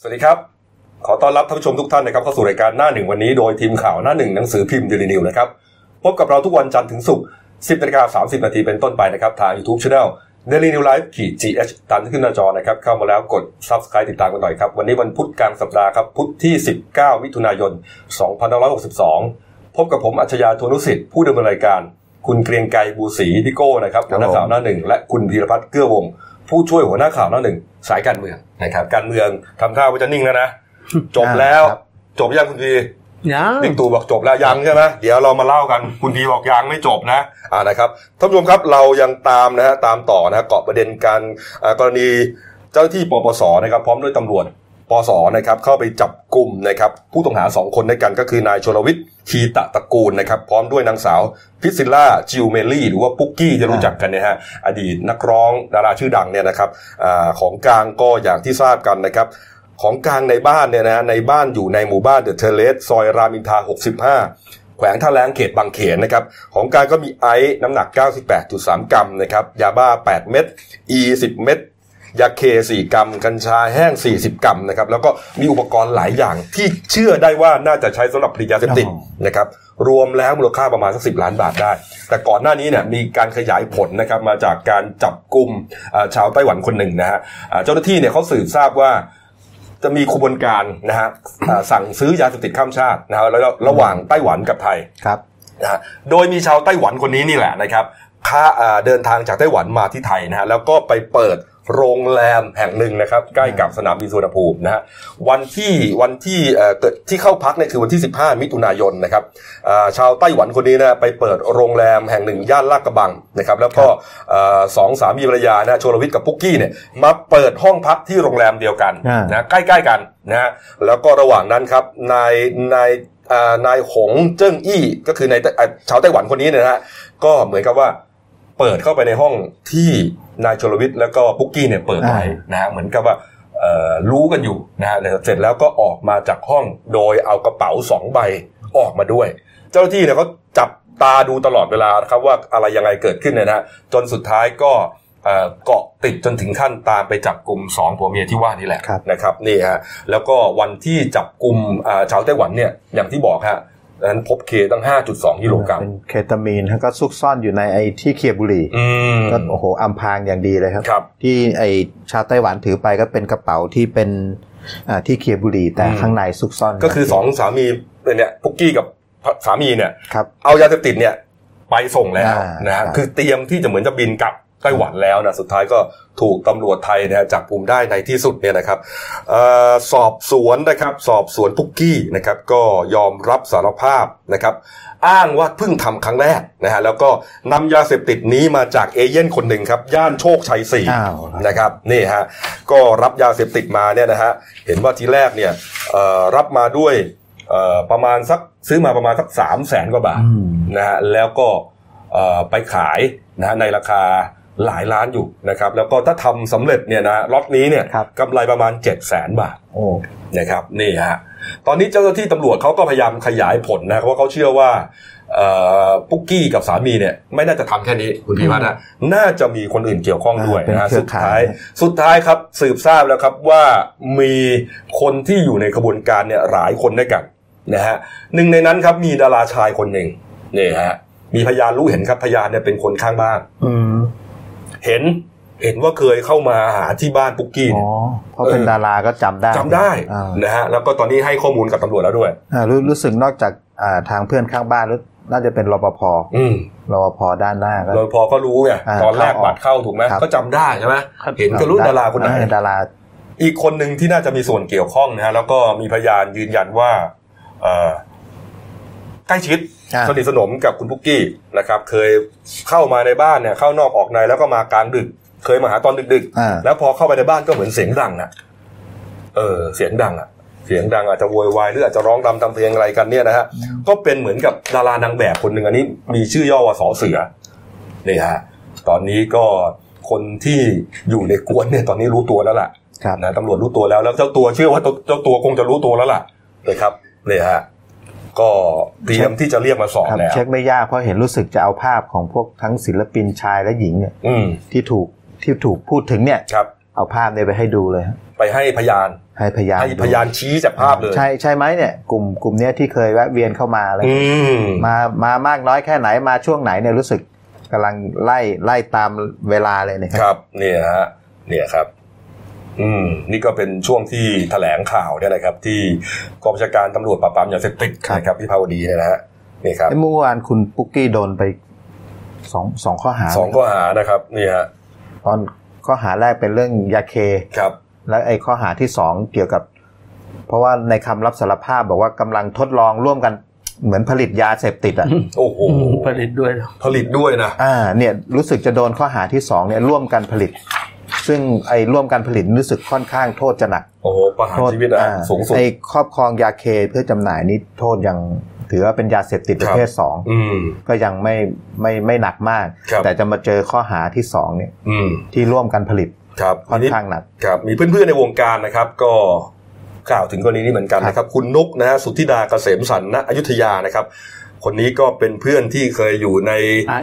สวัสดีครับขอต้อนรับท่านผู้ชมทุกท่านนะครับเข้าสู่รายการหน้าหนึ่งวันนี้โดยทีมข่าวหน้าหนึ่งหนังสือพิมพ์ Daily News นะครับพบกับเราทุกวันจันทร์ถึงศุกร์ 10:30 น.เป็นต้นไปนะครับทาง YouTube Channel Daily News Live-GH ตามที่ขึ้นหน้าจอนะครับเข้ามาแล้วกด Subscribe ติดตามกันหน่อยครับวันนี้วันพุธกลางสัปดาห์ครับพุธที่19มิถุนายน2562พบกับผมอัจฉริยะ ทวนุสิทธิ์ผู้ดำเนินรายการคุณเกรียงไกรบูศรีพี่โก้นะครับหัวหน้าข่าวหน้าหนึ่งและคุณพีรพัฒน์เกื้อวงผู้ช่วยหัวหน้าข่าวหน้าหนึ่งสายการเมืองนะครับการเมืองทำท่าว่าจะนิ่งแล้วนะจบแล้วจบยังคุณพียังบิ๊กตู่บอกจบแล้วยังใช่ไหมเดี๋ยวเรามาเล่ากันคุณพีบอกยังไม่จบนะนะครับท่านผู้ชมครับเรายังตามนะฮะตามต่อนะเกาะประเด็นการกรณีเจ้าหน้าที่ปปสนะครับพร้อมด้วยตำรวจปสนะครับเข้าไปจับกลุ่มนะครับผู้ต้องหา2คนด้วยกันก็คือนายชลวิทย์คีตะตระกูลนะครับพร้อมด้วยนางสาวพิซิลล่าจิวเมลี่หรือว่าปุ๊กกี้จะรู้จักกันเนี่ยฮะอดีตนักร้องดาราชื่อดังเนี่ยนะครับของกลางก็อย่างที่ทราบกันนะครับของกลางในบ้านเนี่ยนะในบ้านอยู่ในหมู่บ้านเดอะเทเลสซอยรามอินทรา65แขวงท่าแล้งเขตบางเขนนะครับของกลางก็มีไอซ์น้ำหนัก 98.3 กรัมนะครับยาบ้า8เม็ดอี10เม็ดยาเค4กรัมกัญชาแห้ง40กรัมนะครับแล้วก็มีอุปกรณ์หลายอย่างที่เชื่อได้ว่าน่าจะใช้สำหรับผลิตยาเสพติดนะครับรวมแล้วมูลค่าประมาณสัก10ล้านบาทได้แต่ก่อนหน้านี้เนี่ยมีการขยายผลนะครับมาจากการจับกุมชาวไต้หวันคนหนึ่งนะฮะเจ้าหน้าที่เนี่ยเขาสืบทราบว่าจะมีขบวนการนะฮะสั่งซื้อยาเสพติดข้ามชาตินะฮะแล้วระหว่างไต้หวันกับไทยครับนะฮะโดยมีชาวไต้หวันคนนี้นี่แหละนะครับเดินทางจากไต้หวันมาที่ไทยนะฮะแล้วก็ไปเปิดโรงแรมแห่งหนึ่งนะครับใกล้กับสนามบินสุวรรณภูมินะฮะวันที่เกิดที่เข้าพักเนี่ยคือวันที่15มิถุนายนนะครับชาวไต้หวันคนนี้นะไปเปิดโรงแรมแห่งหนึ่งย่านลาดกระบังนะครับแล้วก็สองสามีภรรยานะชลวิทย์กับปุ๊กกี้เนี่ยมาเปิดห้องพักที่โรงแรมเดียวกันนะใกล้ๆกันนะฮะแล้วก็ระหว่างนั้นครับนายหงเจิ้งอี้ก็คือในชาวไต้หวันคนนี้นะฮะก็เหมือนกับว่าเปิดเข้าไปในห้องที่นายชลวิทย์แล้วก็ปุ๊กกี้เนี่ยเปิดไว้นะฮะเหมือนกับว่ารู้กันอยู่นะฮะเสร็จแล้วก็ออกมาจากห้องโดยเอากระเป๋า2ใบออกมาด้วยเจ้าหน้าที่เนี่ยเขาจับตาดูตลอดเวลาครับว่าอะไรยังไงเกิดขึ้นเนี่ยนะจนสุดท้ายก็เกาะติดจนถึงขั้นตามไปจับกลุ่ม2ผัวเมียที่ว่านี่แหละนะครับนี่ฮะแล้วก็วันที่จับกลุ่มชาวไต้หวันเนี่ยอย่างที่บอกฮะนั้นพบเคตั้ง 5.2 กิโลกรัมเป็นเคตามีนก็ซุกซ่อนอยู่ในไอ้ที่เคียบุหรี่ก็โอ้โหอำพรางอย่างดีเลยครับที่ไอ้ชาวไต้หวันถือไปก็เป็นกระเป๋าที่เป็นที่เคียบุหรี่แต่ข้างในซุกซ่อนก็คือ2สามีเนี่ยปุ๊กกี้กับสามีเนี่ยเอายาเสพติดเนี่ยไปส่งแล้วนะฮะคือเตรียมที่จะเหมือนจะบินกลับไต้หวันแล้วนะสุดท้ายก็ถูกตำรวจไทยเนี่ยจับกุมได้ในที่สุดเนี่ยนะครับสอบสวนนะครับสอบสวนปุ๊กกี้นะครับก็ยอมรับสารภาพนะครับอ้างว่าเพิ่งทำครั้งแรกนะฮะแล้วก็นำยาเสพติดนี้มาจากเอเย่นคนหนึ่งครับย่านโชคชัย4นะครับนี่ฮะก็รับยาเสพติดมาเนี่ยนะฮะเห็นว่าทีแรกเนี่ยรับมาด้วยประมาณสักซื้อมาประมาณสัก 300,000 กว่าบาทนะฮะแล้วก็ไปขายนะในราคาหลายล้านอยู่นะครับแล้วก็ถ้าทำสำเร็จเนี่ยนะล็อตนี้เนี่ยกำไรประมาณ 700,000 บาทนะครับนี่ฮะตอนนี้เจ้าหน้าที่ตำรวจเขาก็พยายามขยายผลนะเพราะเขาเชื่อว่าปุ๊กกี้กับสามีเนี่ยไม่น่าจะทำแค่นี้คุณพิพัฒน์นะน่าจะมีคนอื่นเกี่ยวข้องด้วยนะสุดท้ายครับสืบทราบแล้วครับว่ามีคนที่อยู่ในขบวนการเนี่ยหลายคนด้วยกันนะฮะหนึ่งในนั้นครับมีดาราชายคนหนึ่งนี่ฮะมีพยานรู้เห็นครับพยานเนี่ยเป็นคนข้างบ้านเห็นว่าเคยเข้ามาหาที่บ้านปุ๊กกี้เนี่ยเพราะเป็นดาราก็จำได้นะฮะแล้วก็ตอนนี้ให้ข้อมูลกับตำรวจแล้วด้วยรู้สึกนอกจากทางเพื่อนข้างบ้านน่าจะเป็นรปภรปภด้านหน้ารปภก็รู้ไงตอนแรกบัตรเข้าถูกไหมก็จำได้ใช่ไหมเห็นก็รู้ดาราคนไหนดาราอีกคนหนึ่งที่น่าจะมีส่วนเกี่ยวข้องนะฮะแล้วก็มีพยานยืนยันว่าใกล้ชิดสนิทสนมกับคุณปุ๊กกี้นะครับเคยเข้ามาในบ้านเนี่ยเข้านอกออกในแล้วก็มากลางดึกเคยมาหาตอนดึกๆแล้วพอเข้าไปในบ้านก็เหมือนเสียงดังเสียงดังอาจจะโวยวายหรืออาจจะร้องรำทำเพลงอะไรกันเนี่ยนะฮะก็เป็นเหมือนกับดารานางแบบคนหนึ่งอันนี้มีชื่อย่อว่าสอเสือนี่ฮะตอนนี้ก็คนที่อยู่ในกวนเนี่ยตอนนี้รู้ตัวแล้วล่ะนะตำรวจรู้ตัวแล้วเจ้าตัวเชื่อว่าเจ้าตัวคงจะรู้ตัวแล้วล่ะนะครับนี่ฮะก็เตรียมที่จะเรียกมาสอบแล้วเช็คไม่ยากเพราะเห็นรู้สึกจะเอาภาพของพวกทั้งศิลปินชายและหญิงเนี่ยที่ถูกพูดถึงเนี่ยเอาภาพเนี่ยไปให้ดูเลยไปให้พยานให้พยานชี้จากภาพเลยใช่ไหมเนี่ยกลุ่มเนี้ยที่เคยแวะเวียนเข้ามาอะไรมามากน้อยแค่ไหนมาช่วงไหนเนี่ยรู้สึกกำลังไล่ตามเวลาเลยนะครับเนี่ยครับนี่ก็เป็นช่วงที่แถลงข่าวเนี่ยนะครับที่กองบัญชาการตำรวจปราบปรามยาเสพติดนะครับวิภาวดีเนี่ยนะฮะนี่ครับเมื่อวานคุณปุ๊กกี้โดนไปสองข้อหานะครับนี่ฮะตอนข้อหาแรกเป็นเรื่องยาเคครับแล้วไอ้ข้อหาที่2เกี่ยวกับเพราะว่าในคำรับสารภาพบอกว่ากำลังทดลองร่วมกันเหมือนผลิตยาเสพติดอ่ะโอ้โหผลิตด้วยนะเนี่ยรู้สึกจะโดนข้อหาที่2เนี่ยร่วมกันผลิตซึ่งไอ้ร่วมกันผลิตรู้สึกค่อนข้างโทษจะหนักโอ้โหประหารชีวิตสูงสุดไอ้ครอบครองยาเคเพื่อจำหน่ายนี่โทษยังถือว่าเป็นยาเสพติดประเภท2ก็ยังไม่หนักมากแต่จะมาเจอข้อหาที่2เนี่ยที่ร่วมกันผลิตค่อนข้างหนักครับมีเพื่อนๆในวงการนะครับก็กล่าวถึงกรณีนี้เหมือนกันนะครับคุณนุกนะฮะสุทธิดาเกษมสันต์ณอยุธยานะครับคนนี้ก็เป็นเพื่อนที่เคยอยู่ใน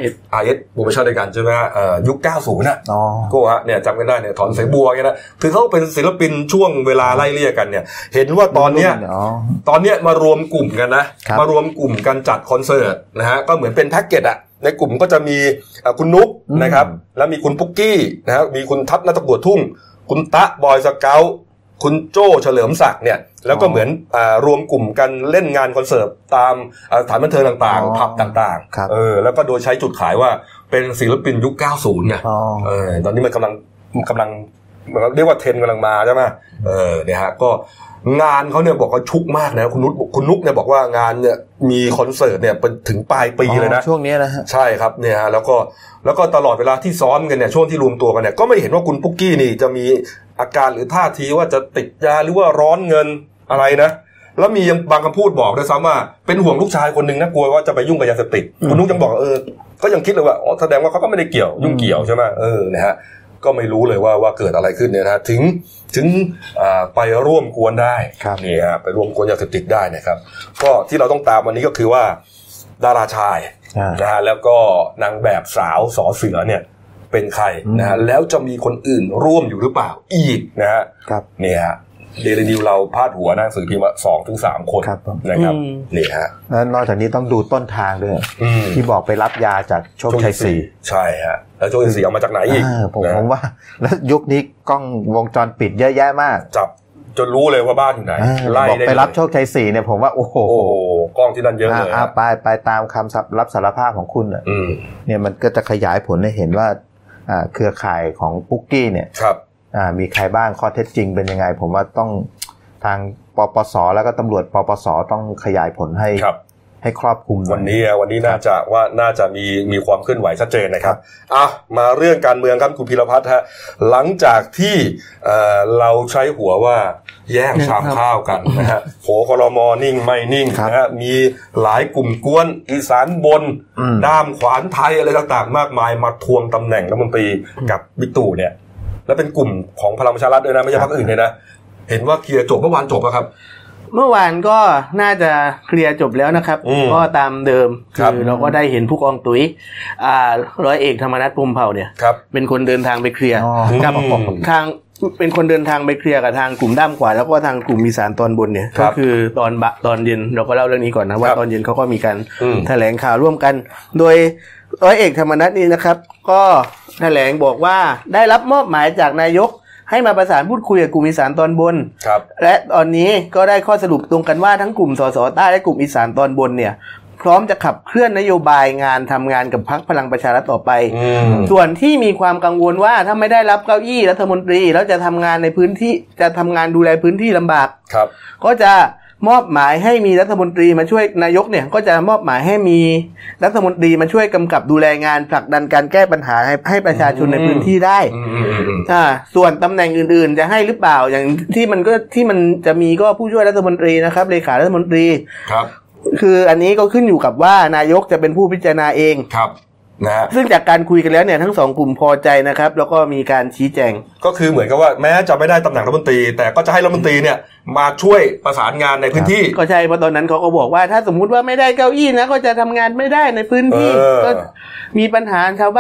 RS โปรโมชั่นด้วยกันใช่ไหมยุค 90 น่ะก็ฮะเนี่ยจำกันได้เนี่ยถอนสายบัวไงนะคือเขาเป็นศิลปินช่วงเวลาไล่เลี่ยกันเนี่ยเห็นว่าตอนเนี้ยมารวมกลุ่มกันนะมารวมกลุ่มกันจัดคอนเสิร์ตนะฮะก็เหมือนเป็นแพ็กเกจอะในกลุ่มก็จะมีคุณนุกนะครับแล้วมีคุณปุ๊กกี้นะครับมีคุณทัศน์ณตำรวจทุ่งคุณตะบอยสเกาต์คุณโจ้เฉลิมศักดิ์เนี่ยแล้วก็เหมือนรวมกลุ่มกันเล่นงานคอนเสิร์ตตามสถานบันเทิงต่างๆผับต่างๆแล้วก็โดยใช้จุดขายว่าเป็นศิลปินยุค 90 เนี่ยตอนนี้มันกำลังเรียกว่าเทรนด์กำลังมาใช่ไหมเนี่ยฮะก็งานเขาเนี่ยบอกว่าชุกมากนะคุณนุกเนี่ยบอกว่างานเนี่ยมีคอนเสิร์ตเนี่ยเป็นถึงปลายปีเลยนะช่วงนี้นะฮะใช่ครับเนี่ยฮะแล้วก็ตลอดเวลาที่ซ้อมกันเนี่ยช่วงที่รวมตัวกันเนี่ยก็ไม่เห็นว่าคุณปุ๊กกี้นี่จะมีอาการหรือท่าทีว่าจะติดยาหรือว่าร้อนเงินอะไรนะแล้วมียังบางคำพูดบอกด้วยซ้ำว่าเป็นห่วงลูกชายคนนึงนะกลัวว่าจะไปยุ่งกับยาเสพติดคุณนุกยังบอกก็ยังคิดเลยว่าแสดงว่าเขาก็ไม่ได้ยุ่งเกี่ยวใช่ไหมนะฮะก็ไม่รู้เลยว่าเกิดอะไรขึ้นเนี่ยนะถึงไปร่วมกวนได้นี่ฮะไปร่วมกวนยาเสพติดได้นะครับก็ที่เราต้องตามวันนี้ก็คือว่าดาราชายนะฮะแล้วก็นางแบบสาวสอเสือเนี่ยเป็นใครนะฮะแล้วจะมีคนอื่นร่วมอยู่หรือเปล่าอีกนะฮะเนี่ยฮะเดลินิวเราพาดหัวหนังสือพิมพ์ 2-3 คนนะครับนี่ฮะแล้วนอกจากนี้ต้องดูต้นทางด้วยที่บอกไปรับยาจากโชคชัย4 ใช่ฮะแล้วโชคชัย4เอามาจากไหนอีกผมว่าแล้วยุคนี้กล้องวงจรปิดเยอะแยะมากจับจนรู้เลยว่าบ้านอยู่ไหนไล่บอกไปรับโชคชัย4เนี่ยผมว่าโอ้โหกล้องที่นั่นเยอะเลยไปตามคำรับสารภาพของคุณเนี่ยมันก็จะขยายผลให้เห็นว่าเครือข่ายของปุ๊กกี้เนี่ยมีใครบ้างข้อเท็จจริงเป็นยังไงผมว่าต้องทางปปสแล้วก็ตำรวจปปสต้องขยายผลให้ครอบคลุมวันนี้น่าจะมีความเคลื่อนไหวชัดเจนนะครับมาเรื่องการเมืองครับคุณพีรพัฒน์ฮะหลังจากที่เราใช้หัวว่าแย่งชามข้าวกันนะฮะโผครม.นิ่งไม่นิ่งนะฮะมีหลายกลุ่มกวนอีสานบนด้ามขวานไทยอะไรต่างๆมากมายมาทวงตำแหน่งรัฐมนตรีกับบิ๊กตู่เนี่ยและเป็นกลุ่มของพลังประชารัฐด้วยนะไม่ใช่พรรคอื่นเลยนะเห็นว่าเคลียร์จบเมื่อวานจบแล้วครับเมื่อวานก็น่าจะเคลียร์จบแล้วนะครับก็ตามเดิมคือเราก็ได้เห็นผู้กองตุ๋ยร้อยเอกธรรมนัสพรหมเผ่าเนี่ยเป็นคนเดินทางไปเคลียร์กับทางเป็นคนเดินทางไปเคลียร์กับทางกลุ่มด้ามขวาแล้วก็ทางกลุ่มอีสานตอนบนเนี่ยก็คือตอนเย็นเราก็เล่าเรื่องนี้ก่อนนะว่าตอนเย็นเขาก็มีการแถลงข่าวร่วมกันโดยร้อยเอกธรรมนัสนี่นะครับก็แถลงบอกว่าได้รับมอบหมายจากนายกให้มาประสานพูดคุยกับกลุ่มอีสานตอนบนและตอนนี้ก็ได้ข้อสรุปตรงกันว่าทั้งกลุ่มสสใต้และกลุ่มอีสานตอนบนเนี่ยพร้อมจะขับเคลื่อนนโยบายงานทำงานกับพรรคพลังประชารัฐต่อไปส่วนที่มีความกังวลว่าถ้าไม่ได้รับเก้าอี้รัฐมนตรีแล้วจะทำงานในพื้นที่จะทำงานดูแลพื้นที่ลำบากก็จะมอบหมายให้มีรัฐมนตรีมาช่วยนายกเนี่ยก็จะมอบหมายให้มีรัฐมนตรีมาช่วยกำกับดูแลงานผลักดันการแก้ปัญหาให้ประชาชนในพื้นที่ได้ส่วนตำแหน่งอื่นๆจะให้หรือเปล่าอย่างที่มันจะมีก็ผู้ช่วยรัฐมนตรีนะครับเลขารัฐมนตรีคืออันนี้ก็ขึ้นอยู่กับว่านายกจะเป็นผู้พิจารณาเองนะซึ่งจากการคุยกันแล้วเนี่ยทั้งสองกลุ่มพอใจนะครับแล้วก็มีการชี้แจงก็คือเหมือนกับว่าแม้จะไม่ได้ตำแหน่งรัฐมนตรีแต่ก็จะให้รัฐมนตรีเนี่ยมาช่วยประสานงานในพื้นที่ก็ใช่เพราะตอนนั้นเขาก็บอกว่าถ้าสมมุติว่าไม่ได้เก้าอี้นะก็จะทำงานไม่ได้ในพื้นที่ก็มีปัญหาชาวบ้าน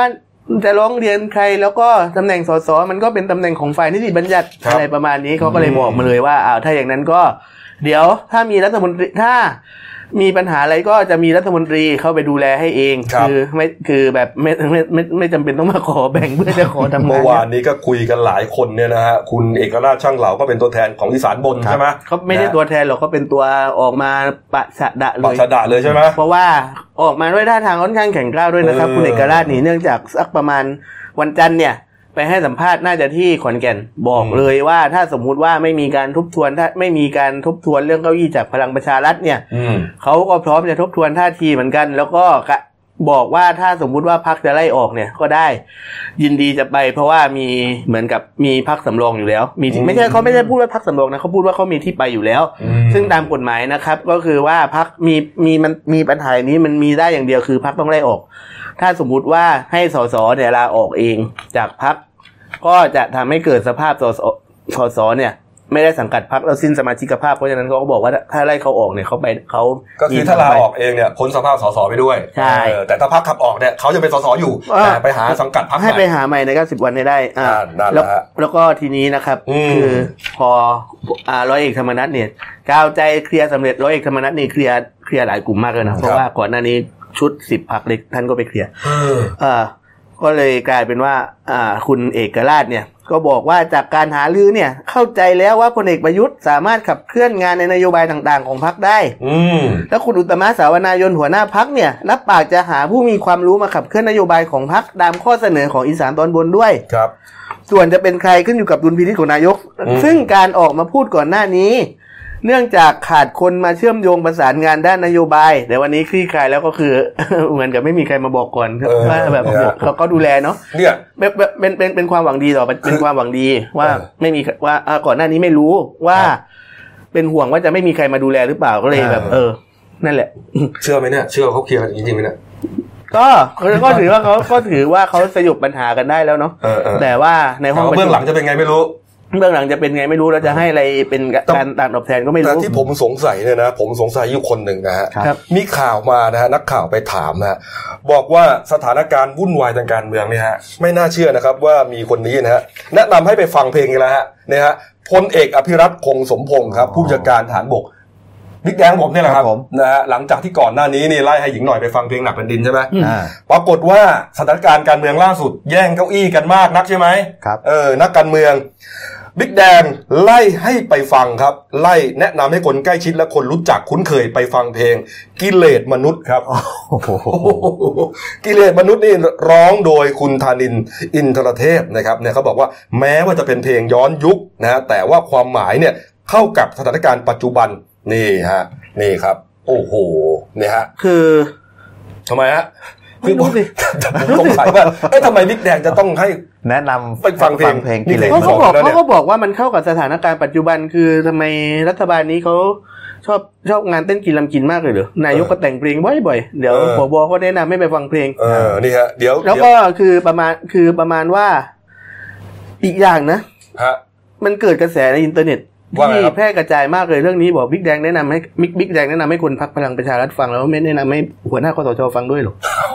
จะร้องเรียนใครแล้วก็ตำแหน่งสสมันก็เป็นตำแหน่งของฝ่ายนิติบัญญัติอะไรประมาณนี้เขาก็เลยบอกมาเลยว่าถ้าอย่างนั้นก็เดี๋ยวถ้ามีรัฐมนตรีถ้ามีปัญหาอะไรก็จะมีรัฐมนตรีเข้าไปดูแลให้เองคือแบบไม่จำเป็นต้องมาขอแบ่งเพื่อจะขอทำงานเมื่อวานนี้ก็คุยกันหลายคนเนี่ยนะฮะคุณเอกราชช่างเหลาก็เป็นตัวแทนของอีสานบนใช่ไหมเขาไม่ได้ตัวแทนหรอกเขาเป็นตัวออกมาปะฉะดะเลยใช่ไหมเพราะว่าออกมาด้วยท่าทางค่อนข้างแข็งกร้าวด้วยนะครับคุณเอกราชนี่เนื่องจากสักประมาณวันจันทร์เนี่ยไปให้สัมภาษณ์น่าจะที่ขอนแก่นบอกเลยว่าถ้าสมมุติว่าไม่มีการทบทวนถ้าไม่มีการทบทวนเรื่องเก้าอี้จากพลังประชารัฐเนี่ยเขาก็พร้อมจะทบทวนท่าทีเหมือนกันแล้วก็บอกว่าถ้าสมมุติว่าพรรคจะไล่ออกเนี่ยก็ได้ยินดีจะไปเพราะว่ามีเหมือนกับมีพรรคสำรองอยู่แล้วมีไม่ใช่เขาไม่ได้พูดว่าพรรคสำรองนะเขาพูดว่าเขามีที่ไปอยู่แล้วซึ่งตามกฎหมายนะครับก็คือว่าพรรคมันมีปัญหานี้มันมีได้อย่างเดียวคือพรรคต้องไล่ออกถ้าสมมุติว่าให้สสเนี่ยลาออกเองจากพรรคก็จะทำให้เกิดสภาพสสเนี่ยไม่ได้สังกัดพรรคแล้วสิ้นสมาชิกภาพเพราะฉะนั้นเขาก็บอกว่าถ้าไล่เขาออกเนี่ยเขาก็คือถ้าลาออกเองเนี่ยพ้นสภาพสสไปด้วยใช่แต่ถ้าพรรคขับออกเนี่ยเขาจะเป็นสสอยู่แต่ไปหาสังกัดพรรคให้ไปหาใหม่ใน90วันได้แล้วก็ทีนี้นะครับคือพอร้อยเอกธรรมนัสเนี่ยก้าวใจเคลียร์สำเร็จร้อยเอกธรรมนัสนี่เคลียร์หลายกลุ่มมากเลยนะเพราะว่าก่อนหน้านี้ชุด10พรรคเล็กท่านก็ไปเคลียร์ก็เลยกลายเป็นว่าคุณเอกราชเนี่ยก็บอกว่าจากการหารือเนี่ยเข้าใจแล้วว่าพลเอกประยุทธ์สามารถขับเคลื่อนงานในนโยบายต่างๆของพรรคได้แล้วคุณอุตตมะสาวนายนหัวหน้าพรรคเนี่ยรับปากจะหาผู้มีความรู้มาขับเคลื่อนนโยบายของพรรคตามข้อเสนอของอีสานตอนบนด้วยครับส่วนจะเป็นใครขึ้นอยู่กับดุลพินิจของนายกซึ่งการออกมาพูดก่อนหน้านี้เนื่องจากขาดคนมาเชื่อมโยงประสานงานด้านนโยบายแต่วันนี้คลี่คลายแล้วก็คือ เหมือนกับไม่มีใครมาบอกก่อนว่าแบบเขาก็ดูแลเนาะเนี่ยเป็นความหวังดีต่อเป็นความหวังดีว่าไม่มีว่าก่อนหน้านี้ไม่รู้ว่าเป็นห่วงว่าจะไม่มีใครมาดูแลหรือเปล่าก็เลยแบบนั่นแหละเชื่อไหมเนี่ยเชื่อเขาเคลียร์กันจริงๆไหมเนี่ยก็ถือว่าเขาสยบปัญหากันได้แล้วเนาะแต่ว่าในห้องเบื้องหลังจะเป็นไงไม่รู้เบื้องหลังจะเป็นไงไม่รู้แล้วจะให้อะไรเป็นการต่างตอบแทนก็ไม่รู้แต่ที่ผมสงสัยเนี่ยนะผมสงสัยอยู่คนหนึ่งนะฮะมีข่าวมานะฮะนักข่าวไปถามนะบอกว่าสถานการณ์วุ่นวายทางการเมืองเนี่ยฮะไม่น่าเชื่อนะครับว่ามีคนนี้นะฮะแนะนำให้ไปฟังเพลงกันแล้วฮะเนี่ยฮะพลเอกอภิรัตคงสมพงษ์ครับผู้จัดการทหารบกบิ๊กแดงผมเนี่ยแหละครับนะฮะหลังจากที่ก่อนหน้านี้นี่ไล่ให้หญิงหน่อยไปฟังเพลงหนักแผ่นดินใช่ไหมปรากฏว่าสถานการณ์การเมืองล่าสุดแย่งเก้าอี้กันมากนักใช่ไหมนักการเมืองบิ๊กแดงไล่ให้ไปฟังครับไล่แนะนำให้คนใกล้ชิดและคนรู้จักคุ้นเคยไปฟังเพลงกิเลสมนุษย์ครับกิเลสมนุษย์นี่ร้องโดยคุณธานินทร์อินทรเทพนะครับเนี่ยเขาบอกว่าแม้ว่าจะเป็นเพลงย้อนยุคนะแต่ว่าความหมายเนี่ยเข้ากับสถานการณ์ปัจจุบันนี่ฮะนี่ครับโอ้โหเนี่ยฮะคือทำไมฮะคือผมสงสัยว่าทำไมบิ๊กแดงจะต้องให้แนะนำไปฟังเพลงกิเลสเขาก็บอกว่ามันเข้ากับสถานการณ์ปัจจุบันคือทำไมรัฐบาลนี้เขาชอบงานเต้นกินลำกินมากเลยเหรอนายกก็แต่งเพลงบ่อยๆเดี๋ยวผบก็แนะนำให้ไปฟังเพลงนี่ฮะเดี๋ยวแล้วก็คือประมาณว่าอีกอย่างนะมันเกิดกระแสในอินเทอร์เน็ตที่แพร่กระจายมากเลยเรื่องนี้บอกบิ๊กแดงแนะนำให้คนพรรคพลังประชารัฐฟังแล้วไม่แนะนำให้หัวหน้าคสช.ฟังด้วยหรอ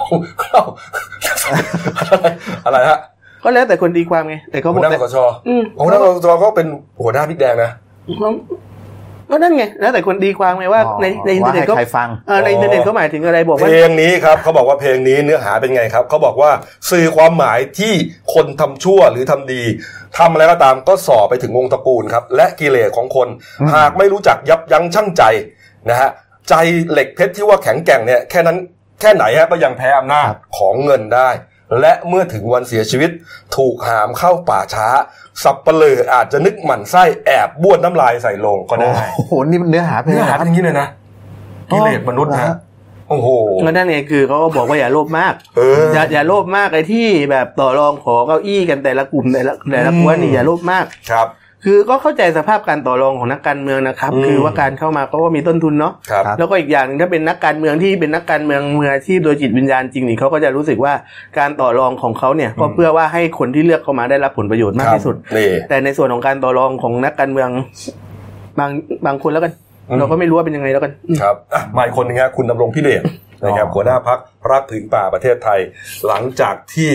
อะไรฮะก็แล้วแต่คนตีความไงแต่เขาบอกหัวหน้าคสช.หัวหน้าคสช.ก็เป็นหัวหน้าบิ๊กแดงนะก็นั่นไงแล้วแต่คนตีความไงว่าในอินเทอร์เน็ตเขาในอินเทอร์เน็ตเขาหมายถึงอะไรบอกว่าเพลงนี้ครับเขาบอกว่าเพลงนี้เนื้อหาเป็นไงครับเขาบอกว่าสื่อความหมายที่คนทำชั่วหรือทำดีทำอะไรก็ตามก็ส่อไปถึงวงตระกูลครับและกิเลสของคนหากไม่รู้จักยับยั้งชั่งใจนะฮะใจเหล็กเพชรที่ว่าแข็งแกร่งเนี่ยแค่นั้นแค่ไหนฮะก็ยังแพ้อำนาจของเงินได้และเมื่อถึงวันเสียชีวิตถูกหามเข้าป่าช้าสับเปลืออาจจะนึกหมั่นไส้แอบบ้วนน้ำลายใส่ลงก็ได้โอ้โหนี่เนื้อหาเป็นอย่างนี้เลยนะกิเลสมนุษย์นะโอ้โหนั่นเองคือเขาก็บอกว่าอย่าโลภมากอย่าโลภมากไอ้ที่แบบต่อรองขอเก้าอี้กันแต่ละกลุ่มแต่ละกวนนี่อย่าโลภมากครับคือก็เข้าใจสภาพการต่อรองของนักการเมืองนะครับคือว่าการเข้ามาเขาก็มีต้นทุนเนาะแล้วก็อีกอย่างนึงถ้าเป็นนักการเมืองที่เป็นนักการเมืองมืออาชีพโดยจิตวิญญาณจริงนี่เขาก็จะรู้สึกว่าการต่อรองของเขาเนี่ยก็เพื่อว่าให้คนที่เลือกเข้ามาได้รับผลประโยชน์มากที่สุดแต่ในส่วนของการต่อรองของนักการเมืองบางคนแล้วกันเราก็ไม่รู้ว่าเป็นยังไงแล้วกันครับมาอีกคนนึงครับคุณดำรงพิเดชนะครับหัวหน้าพรรครักผืนป่าประเทศไทยหลังจากที่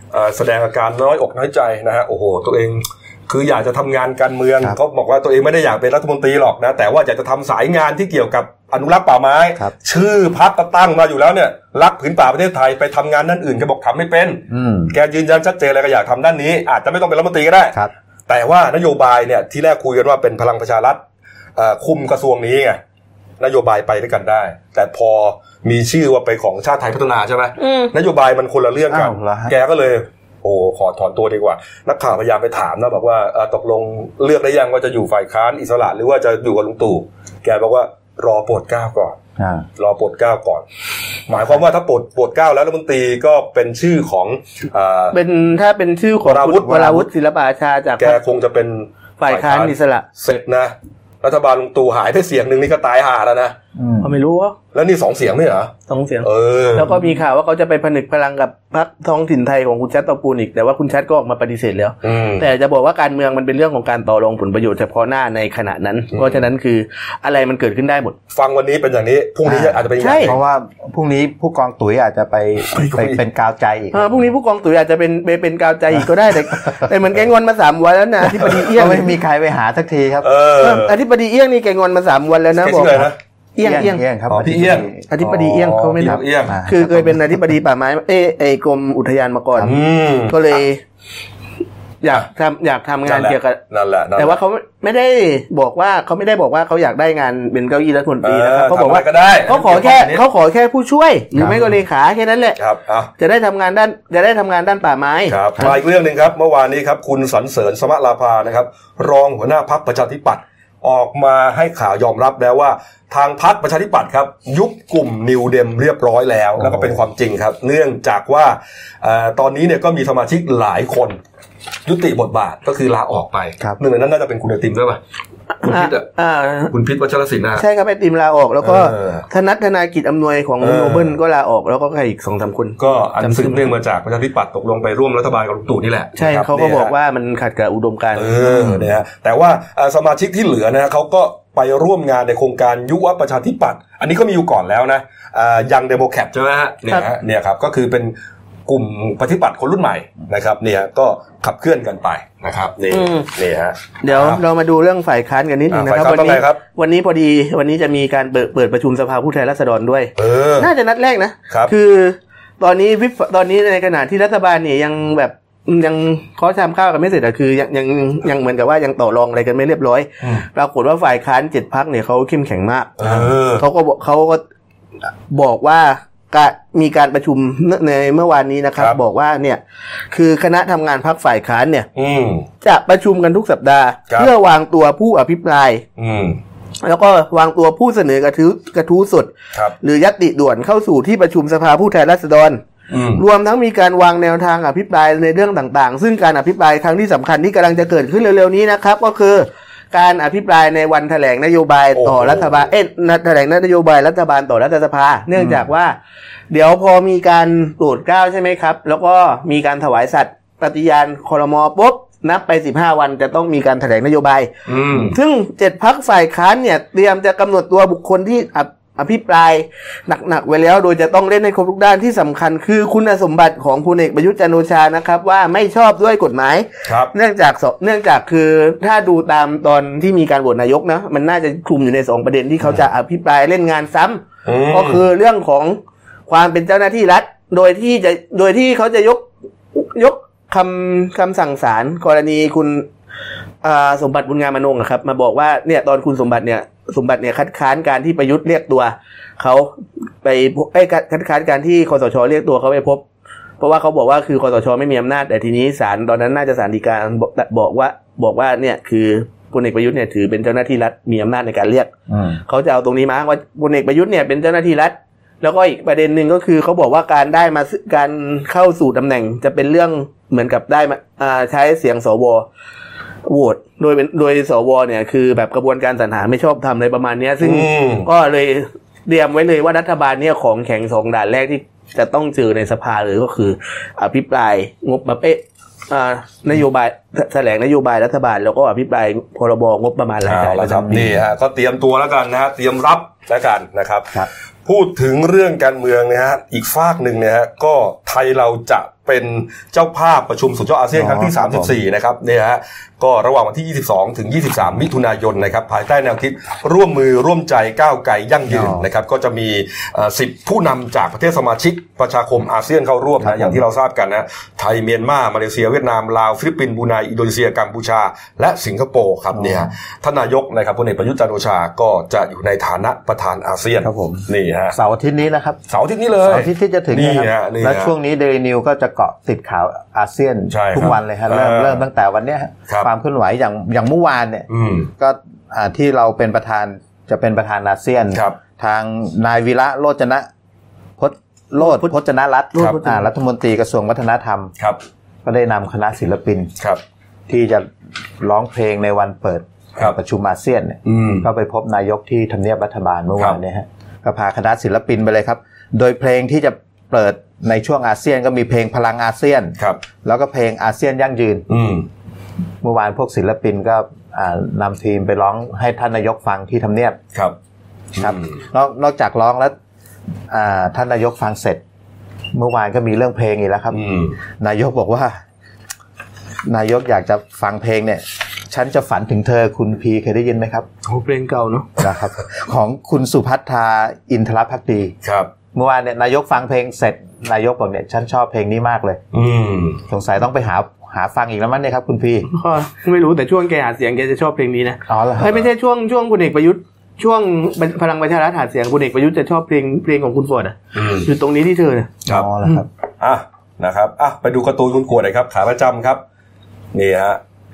แสดงอาการน้อยอกน้อยใจนะฮะโอ้โหตัวเองคืออยากจะทำงานการเมืองเขาบอกว่าตัวเองไม่ได้อยากเป็นรัฐมนตรีหรอกนะแต่ว่าอยากจะทำสายงานที่เกี่ยวกับอนุรักษ์ป่าไม้ชื่อพรรคก็ตั้งมาอยู่แล้วเนี่ยรักผืนป่าประเทศไทยไปทำงานด้านอื่นแกบอกทำไม่เป็นแกยืนยันชัดเจนเลยก็อยากทำด้านนี้อาจจะไม่ต้องเป็นรัฐมนตรีก็ได้แต่ว่านโยบายเนี่ยที่แรกคุยกันว่าเป็นพลังประชารัฐคุมกระทรวงนี้ไงนโยบายไปด้วยกันได้แต่พอมีชื่อว่าไปของชาติไทยพัฒนาใช่ไหมนโยบายมันคนละเรื่องกันแกก็เลยโอ้ขอถอนตัวดีกว่านักข่าวพยายามไปถามนะบอกว่าตกลงเลือกได้ยังว่าจะอยู่ฝ่ายค้านอิสระหรือว่าจะอยู่กับลุงตู่แกบอกว่ารอโปรดเกล้าก่อนรอโปรดเกล้าก่อนหมายความว่าถ้าโปรดเกล้าแล้วรัฐมนตรีก็เป็นชื่อของเป็นถ้าเป็นชื่อของวราวุฒิศิลปอาชาจากแกคงจะเป็นฝ่ายค้านอิสระเสร็จนะรัฐบาลลุงตู่หายไปเสียงนึงนี่ก็ตายห่าแล้วนะเขาไม่รู้ว่าแล้วนี่2เสียงไม่เหรอ 2เสียงแล้วก็มีข่าวว่าเขาจะไปผนึกพลังกับพรรคท้องถิ่นไทยของคุณชัดเตาปูนอีกแต่ว่าคุณชัดก็ออกมาปฏิเสธแล้วแต่จะบอกว่าการเมืองมันเป็นเรื่องของการต่อรองผลประโยชน์เฉพาะหน้าในขณะนั้นเพราะฉะนั้นคืออะไรมันเกิดขึ้นได้หมดฟังวันนี้เป็นอย่างนี้พรุ่งนี้อาจจะเป็นอย่างนี้เพราะว่าพรุ่งนี้ผู้กองตุ๋ยอาจจะไปเป็นกาวใจอีกพรุ่งนี้ผู้กองตุ๋ยอาจจะเป็นกาวใจอีกก็ได้แต่เหมือนแกงอนมา3วันแล้วนะอธิบดีเอี้ยงไม่มีใครไปหาสักทีครับอธิบดีเอี้ยงนี่แกงอนมา3วันแล้วนะบอกเอี้ยงครับพี่เอี้ยงอธิบดีเอี้ยงเขาไม่รับคือเคยเป็นอธิบดีป่าไม้กรมอุทยานมาก่อนก็เลยอยากทำงานเกี่ยวกับนั่นแหละแต่ว่าเขาไม่ได้บอกว่าเขาอยากได้งานเป็นเก้าอี้รัฐมนตรีนะครับเขาบอกว่าเขาขอแค่ผู้ช่วยหรือไม่ก็เลขาแค่นั้นแหละจะได้ทำงานด้านป่าไม้ครับมาอีกเรื่องนึงครับเมื่อวานนี้ครับคุณสรรเสริญสมราภานะครับรองหัวหน้าพรรคประชาธิปัตย์ออกมาให้ข่าวยอมรับแล้วว่าทางพรรคประชาธิปัตย์ครับยุบกลุ่มนิวเดมเรียบร้อยแล้วแล้วก็เป็นความจริงครับเนื่องจากว่าตอนนี้เนี่ยก็มีสมาชิกหลายคนยุติบทบาทก็คือลาออกไปหนึ่งในนั้นน่าจะเป็นคุณไอติมด้วยป่ะคุณพิษคุณพิษวัชรศิลป์นะใช่ครับไอติมลาออกแล้วก็ธนากิจอำนวยของโนเบิลก็ลาออกแล้วก็ใครอีก 2-3 คนก็อันสืบเนื่องมาจากประชาธิปัตย์ตกลงไปร่วมรัฐบาลกับลุงตู่นี่แหละใช่เขาก็บอกว่ามันขัดกับอุดมการณ์เนี่ยแต่ว่าสมาชิกที่เหลือนะเขาก็ไปร่วมงานในโครงการยุวประชาธิปัตย์อันนี้ก็มีอยู่ก่อนแล้วนะยังเดโมแครตใช่ไหมฮะเนี่ยครับก็คือเป็นกลุ่มปฏิบัติคนรุ่นใหม่นะครับเนี่ยก็ขับเคลื่อนกันไปนะครับนี่ฮะเดี๋ยวเรามาดูเรื่องฝ่ายค้านกันนิดนึงนะครับวันนี้พอดีวันนี้จะมีการเปิดประชุมสภาผู้แทนราษฎรด้วยน่าจะนัดแรกนะคือตอนนี้ในขณะที่รัฐบาลเนี่ยยังข้อทำข้าวกันไม่เสร็จอะคือยังเหมือนกับว่ายังต่อรองอะไรกันไม่เรียบร้อยปรากฏว่าฝ่ายค้าน7 พรรคเนี่ยเขาเข้มแข็งมากเขาก็บอกว่ามีการประชุมในเมื่อวานนี้นะครับบอกว่าเนี่ยคือคณะทำงานพรรคฝ่ายค้านเนี่ยจะประชุมกันทุกสัปดาห์เพื่อวางตัวผู้อภิปรายแล้วก็วางตัวผู้เสนอกระทู้สดหรือญัตติด่วนเข้าสู่ที่ประชุมสภาผู้แทนราษฎรรวมทั้งมีการวางแนวทางอภิปรายในเรื่องต่างๆซึ่งการอภิปรายครั้งที่สำคัญที่กำลังจะเกิดขึ้นเร็วๆนี้นะครับก็คือการอภิปรายในวันแถลงนโยบายต่อรัฐบาลแถลงนโยบายรัฐบาลต่อรัฐสภาเนื่องจากว่าเดี๋ยวพอมีการโปรดเกล้าใช่ไหมครับแล้วก็มีการถวายสัตย์ปฏิญาณครม.ปุ๊บนับไป15 วันจะต้องมีการแถลงนโยบายซึ่ง7 พรรคฝ่ายค้านเนี่ยเตรียมจะกำหนดตัวบุคคลที่อภิปรายหนักๆไว้แล้วโดยจะต้องเล่นในครบทุกด้านที่สำคัญคือคุณสมบัติของพลเอกประยุทธ์จันทร์โอชานะครับว่าไม่ชอบด้วยกฎหมายเนื่องจากคือถ้าดูตามตอนที่มีการโหวตนายกนะมันน่าจะคลุมอยู่ใน2 ประเด็นที่เขาจะอภิปรายเล่นงานซ้ำก็คือเรื่องของความเป็นเจ้าหน้าที่รัฐโดยที่เขาจะยกคำสั่งศาลกรณีคุณสมบัติบุญงามอนงค์ครับมาบอกว่าเนี่ยตอนคุณสมบัติเนี่ยคัดค้านการที่ประยุทธ์เรียกตัวเขาไปคัดค้านการที่คสช.เรียกตัวเขาไปพบเพราะว่าเขาบอกว่าคือคสช.ไม่มีอำนาจแต่ทีนี้ศาลตอนนั้นน่าจะศาลฎีกาบอกว่าเนี่ยคือพลเอกประยุทธ์เนี่ยถือเป็นเจ้าหน้าที่รัฐมีอำนาจในการเรียกเขาจะเอาตรงนี้มาว่าพลเอกประยุทธ์เนี่ยเป็นเจ้าหน้าที่รัฐแล้วก็อีกประเด็นหนึ่งก็คือเขาบอกว่าการเข้าสู่ตำแหน่งจะเป็นเรื่องเหมือนกับได้มาใช้เสียงสวโหวตโดยสวเนี่ยคือแบบกระบวนการสรรหาไม่ชอบทำอะไรประมาณนี้ซึ่งก็เลยเตรียมไว้เลยว่ารัฐบาลเนี่ยของแข็ง2 ด่านแรกที่จะต้องเจอในสภาเลยก็คืออภิปรายงบแบบนโยบายแถลงนโยบายรัฐบาลแล้วก็อภิปรายพรบงบประมาณรายจ่ายประจำปีนี่ฮะก็เตรียมตัวแล้วกันนะฮะเตรียมรับแล้วกันนะครับพูดถึงเรื่องการเมืองนะฮะอีกฝากหนึ่งเนี่ยฮะก็ไทยเราจะไปเป็นเจ้าภาพประชุมสุดยอดอาเซียนครั้งที่34นะครับเนี่ยฮะก็ระหว่างวันที่22ถึง23มิถุนายนนะครับภายใต้แนวคิดร่วมมือร่วมใจก้าวไกลยั่งยืนนะครับก็จะมี10ผู้นำจากประเทศสมาชิกประชาคมอาเซียนเข้าร่วมนะอย่างที่เราทราบกันนะไทยเมียนมามาเลเซียเวียดนามลาวฟิลิปปินส์บรูไนอินโดนีเซียกัมพูชาและสิงคโปร์ครับเนี่ยท่านนายกนะครับพลเอกประยุทธ์จันทร์โอชาก็จะอยู่ในฐานะประธานอาเซียนครับผมนี่ฮะเสาร์อาทิตย์นี้นะครับเสาร์อาทิตย์นี้เลยเสาร์อาทิตย์ที่จะถึงนะครับและช่วงนี้เดลินิวก็จะเกาะติดข่าวอาเซียนทุกวันเลยฮะเริ่มตั้งแต่วันนี้ความเคลื่อนไหวอย่างเมื่อวานเนี่ยก็ที่เราเป็นประธานจะเป็นประธานอาเซียนทางนายวีระโรจนะพจนรัตน์รัฐมนตรีกระทรวงวัฒนธรรมก็ได้นำคณะศิลปินที่จะร้องเพลงในวันเปิดประชุมอาเซียนเนี่ยก็ไปพบนายกที่ทำเนียบรัฐบาลเมื่อวานเนี่ยฮะก็พาคณะศิลปินไปเลยครับโดยเพลงที่จะเปิดในช่วงอาเซียนก็มีเพลงพลังอาเซียนแล้วก็เพลงอาเซียนยั่งยืนเมื่อวานพวกศิลปินก็นำทีมไปร้องให้ท่านนายกฟังที่ทำเนียบครับนอกจากร้องแล้วท่านนายกฟังเสร็จเมื่อวานก็มีเรื่องเพลงอีกแล้วครับนายกบอกว่านายกอยากจะฟังเพลงเนี่ยฉันจะฝันถึงเธอคุณพีเคยได้ยินไหมครับโอ้เพลงเก่าเนาะนะครับของคุณสุภัทราอินทรภักดีครับเมื่อวานเนี่ยนายกฟังเพลงเสร็จนายกบอกเนี่ยฉันชอบเพลงนี้มากเลยสงสัยต้องไปหาฟังอีกแล้วมั้งเนี่ยครับคุณพีไม่รู้แต่ช่วงแกหาเสียงแกจะชอบเพลงนี้นะไม่ใช่ช่วงพลเอกประยุทธ์ช่วงพลังประชารัฐหาเสียงพลเอกประยุทธ์จะชอบเพลงของคุณฟอร์ดอยู่ตรงนี้ที่เธอครับนะครับไปดูการ์ตูนคุณกวดหน่อยครับขาประจำครับนี่ฮะ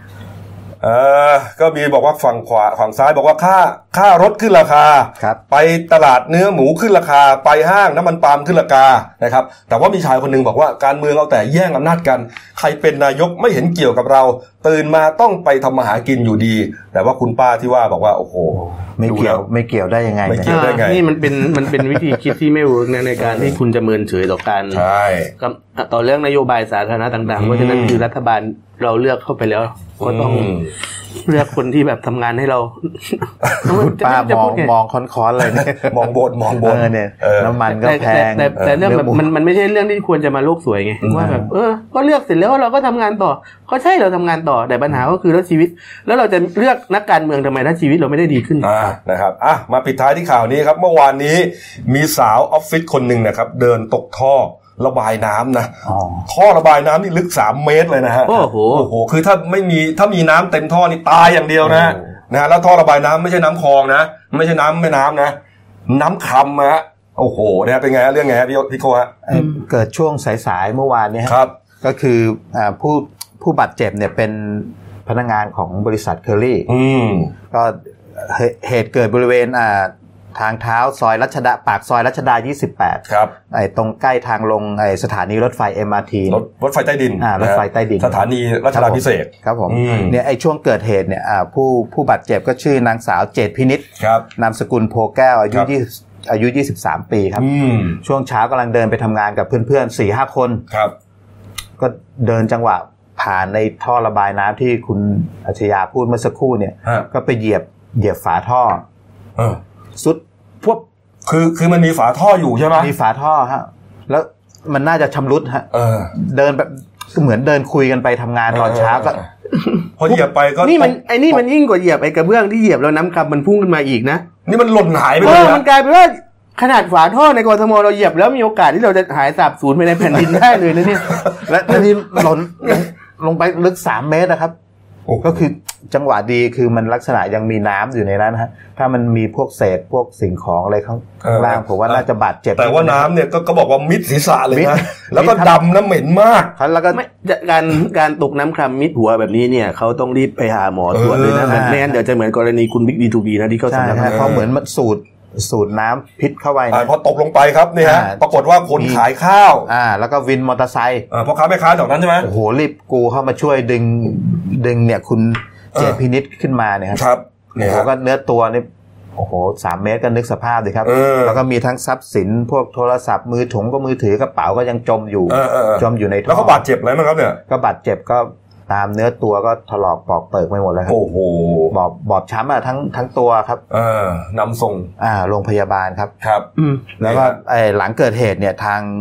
ก็มีบอกว่าฝั่งซ้ายบอกว่าค่ารถขึ้นราคาไปตลาดเนื้อหมูขึ้นราคาไปห้างน้ำมันปาล์มขึ้นราคานะครับแต่ว่ามีชายคนนึงบอกว่าการเมืองเอาแต่แย่งอำนาจกันใครเป็นนายกไม่เห็นเกี่ยวกับเราตื่นมาต้องไปทำมาหากินอยู่ดีแต่ว่าคุณป้าที่ว่าบอกว่าโอ้โหไม่เกี่ยวได้ยังไงไม่เกี่ยวได้ไงนี่มันเป็นวิธีคิดที่ไม่เวิร์กในการที่คุณจะเมินเฉยต่อการต่อเรื่องนโยบายสาธารณะต่างๆเพราะฉะนั้นคือรัฐบาลเราเลือกเข้าไปแล้วก็ต้องเลือกคนที่แบบทำงานให้เราป้ามองค้อนๆเลยมองบนเนี่ยน้ำมันก็แพงแต่เรื่องแบบมันไม่ใช่เรื่องที่ควรจะมาโลกสวยไงว่าแบบก็เลือกเสร็จแล้วเราก็ทำงานต่อก็ใช่เราทำงานต่อแต่ปัญหาก็คือแล้วชีวิตแล้วเราจะเลือกนักการเมืองทำไมถ้าชีวิตเราไม่ได้ดีขึ้นนะครับมาปิดท้ายที่ข่าวนี้ครับเมื่อวานนี้มีสาวออฟฟิศคนหนึ่งนะครับเดินตกท่อระบายน้ำนะท่อระบายน้ำนี่ลึก3 เมตรเลยนะฮะโอ้โหคือถ้ามีน้ำเต็มท่อนี่ตายอย่างเดียวนะแล้วท่อระบายน้ำไม่ใช่น้ำคลองนะไม่ใช่น้ำแม่น้ำนะน้ำคำนะโอ้โหเนี่ยเป็นไงเรื่องไงพี่โคฮะเกิดช่วงสายๆเมื่อวานนี้ครับก็คือผู้บาดเจ็บเนี่ยเป็นพนักงานของบริษัทเคอรี่ก็เหตุเกิดบริเวณทางเท้าซอยปากซอยรัชดา28 ครับตรงใกล้ทางลงสถานีรถไฟ MRT รถไฟใต้ดินรถไฟใต้ดินสถานีรัชดาภิเษกครับผมเนี่ยช่วงเกิดเหตุเนี่ยผู้บาดเจ็บก็ชื่อนางสาวเจตพินิจนามสกุลโพแก้วอายุ23 ปีครับช่วงเช้ากำลังเดินไปทำงานกับเพื่อน 4-5 คนครับก็เดินจังหวะผ่านในท่อระบายน้ำที่คุณอัจฉริยะพูดเมื่อสักครู่เนี่ยก็ไปเหยียบฝาท่อสุดพวกคือมันมีฝาท่ออยู่ใช่ไหมมีฝาท่อฮะแล้วมันน่าจะชำรุดฮะเดินแบบเหมือนเดินคุยกันไปทำงานตอนเช้าก็พอเหยียบไปก็นี่มันยิ่งกว่าเหยียบไอ้กระเบื้องที่เหยียบแล้วน้ำคำมันพุ่งขึ้นมาอีกนะนี่มันหล่นหายไปเลยมันกลายเป็นว่าขนาดฝาท่อในกทมเราเหยียบแล้วมีโอกาสที่เราจะหายสาบสูญไปในแผ่นดินได้เลยนะเนี่ยและนี่หล่นลงไปลึก3 เมตรนะครับก็คือจังหวะดีคือมันลักษณะยังมีน้ำอยู่ในนั้นฮะถ้ามันมีพวกเศษพวกสิ่งของอะไรข้างล่างผมว่าน่าจะบาดเจ็บแต่ว่าน้ำเนี่ยก็บอกว่ามิดศีรษะเลยนะแล้วก็ดำแล้วเหม็นมากแล้วก็การตกน้ำคร่ำมิดหัวแบบนี้เนี่ยเขาต้องรีบไปหาหมอตรวจเลยนะไม่งั้นเดี๋ยวจะเหมือนกรณีคุณบิ๊ก B2B นะที่เขาทำเขาเหมือนสูดน้ำพิษเข้าไปพอตกลงไปครับเนี่ยฮะปรากฏว่าคนขายข้าวแล้วก็วินมอเตอร์ไซค์พ่อค้าแม่ค้าแถวนั้นใช่ไหมโอ้โหรีบกูเข้ามาช่วยดึงเนี่ยคุณเจตพินิจขึ้นมาเนี่ยครับโอ้โหก็เนื้อตัวนี่โอ้โห3 เมตรก็นึกสภาพดิครับแล้วก็มีทั้งทรัพย์สินพวกโทรศัพท์มือถือกระเป๋าก็ยังจมอยู่ในท่อแล้วก็บาดเจ็บอะไรมั้งครับเนี่ยก็บาดเจ็บก็ตามเนื้อตัวก็ถลอกปอกเปิกไปหมดเลยครับโอ้โหบอบช้ำทั้งตัวครับนำส่งโรงพยาบาลครับครับแล้วก็หลังเกิดเหตุเนี่ยทาง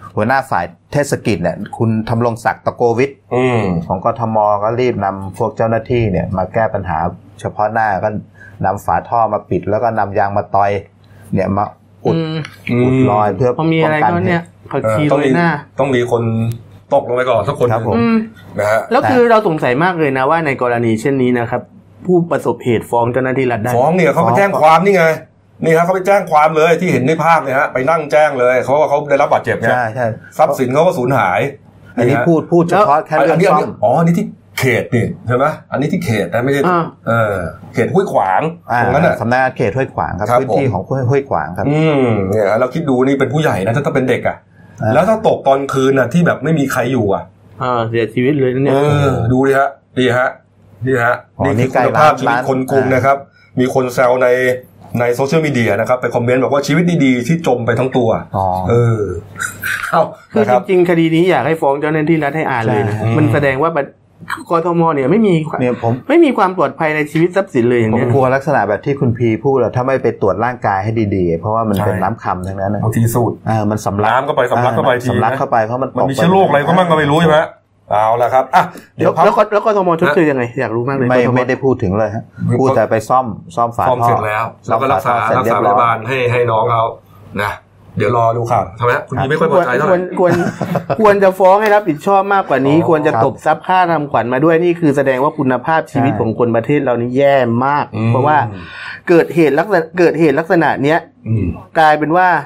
หัวหน้าฝ่ายเทศกิจเนี่ยคุณธำรงศักดิ์ตะโกวิทย์ของกทมก็รีบนำพวกเจ้าหน้าที่เนี่ยมาแก้ปัญหาเฉพาะหน้าก็นำฝาท่อมาปิดแล้วก็นำยางมาตอยเนี่ยมาอุดรอยเพื่อป้องกันเนี่ยผักชีโรยหน้าต้องมีคนตกลงไปก่อนสักคนนะฮะแล้วคือเราสงสัยมากเลยนะว่าในกรณีเช่นนี้นะครับผู้ประสบเหตุฟ้องเจ้าหน้าที่รัฐได้ฟ้องเนี่ยเขาไปแจ้งความนี่ไงนี่ครับเขาไปแจ้งความเลยที่เห็นในภาพเนี่ยฮะไปนั่งแจ้งเลยเขาว่าเขาได้รับบาดเจ็บเนี่ยใช่ทรัพย์สินเขาก็สูญหายอันนี้พูดเฉพาะแค่เรื่องซ่อมนี่ที่เขตนี่ใช่ไหมอันนี้ที่เขตนะไม่ใช่เขตห้วยขวางตรงนั้นน่ะสำนักงานเขตห้วยขวางครับพื้นที่ของห้วยขวางครับเนี่ยเราคิดดูนี่เป็นผู้ใหญ่นะถ้าเป็นเด็กอ่ะแล้วถ้าตกตอนคืนน่ะที่แบบไม่มีใครอยู่อ่ะเสียชีวิตเลยเนี่ยดูดิฮะนี่คือคุณภาพชีวิตคนกรุงนะครับมีคนแซวในโซเชียลมีเดียนะครับไปคอมเมนต์บอกว่าชีวิตดีๆที่จมไปทั้งตัวคือจริงๆคดีนี้อยากให้ฟ้องเจ้าหน้าที่รัฐให้อ่านเลยนะมันแสดงว่ากทมเนี่ยไม่มีความปลอดภัยในชีวิตทรัพย์สินเลยอย่างนี้ผมกลัวลักษณะแบบที่คุณพีพูดแล้วถ้าไม่ไปตรวจร่างกายให้ดีๆเพราะว่ามันเป็นน้ำคำทั้งนั้นบางทีสูดมันสำลักน้ำก็ไปสำลักเข้าไปสำลักเข้าไปเพราะมันมีเชื้อโรคอะไรก็มั่งก็ไม่รู้ใช่ไหมเอาละครับเดี๋ยวแล้วกทมชดเชยยังไงอยากรู้มากเลยไม่ได้พูดถึงเลยฮะพูดแต่ไปซ่อมฝาท่อเสร็จแล้วแล้วก็รักษาพยาบาลให้น้องเขานะเดี๋ยวรอดูข่าวทำไมคุณพี่ไม่ค่อยพอใจเท่าไหร่ควรจะฟ้องให้รับผิดชอบมากกว่านี้ควรจะตบทรัพย์ค่าทำขวัญมาด้วยนี่คือแสดงว่าคุณภาพชีวิตของคนประเทศเรานี่แย่มากเพราะว่าเกิดเหตุลักษณะเนี้ยกลายเป็นว่า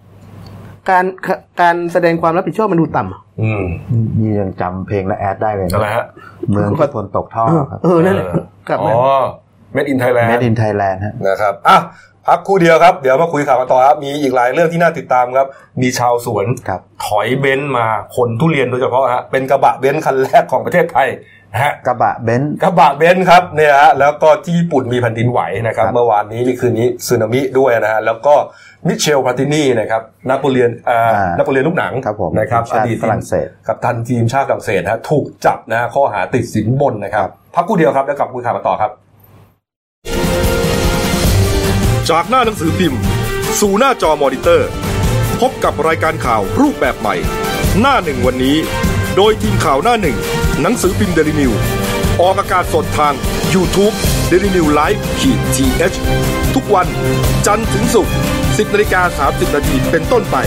การแสดงความรับผิดชอบมันดูต่ำนี่ยังจำเพลงและแอดได้เลยอะไรฮะเมืองที่คนตกท่อครับนั่นแหละกลับมาMade in Thailand Made in Thailand ฮะนะครับพักคู่เดียวครับเดี๋ยวมาคุยข่าวกันต่อครับมีอีกหลายเรื่องที่น่าติดตามครับมีชาวสวนถอยเบนซ์มาขนทุเรียนโดยเฉพาะฮะเป็นกระบะเบนซ์คันแรกของประเทศไทยฮะกระบะเบนซ์ครับเนี่ยฮะแล้วก็ที่ญี่ปุ่นมีแผ่นดินไหวนะครับเมื่อวานนี้คืนนี้สึนามิด้วยนะฮะแล้วก็มิเชลพลาตินีนะครับนโปเลียนลูกหนังนะครับอดีตฝรั่งเศสกัปตันทีมชาติฝรั่งเศสฮะถูกจับนะข้อหาติดสินบนนะครับพักคู่เดียวครับแล้วกลับคุยข่าวกันต่อครับจากหน้าหนังสือพิมพ์สู่หน้าจอมอนิเตอร์พบกับรายการข่าวรูปแบบใหม่หน้าหนึ่งวันนี้โดยทีมข่าวหน้าหนึ่งหนังสือพิมพ์ Daily News ออกอากาศสดทาง YouTube Daily News Live-TH ทุกวันจันทร์ถึงศุกร์ 10:30 น.เป็นต้นไป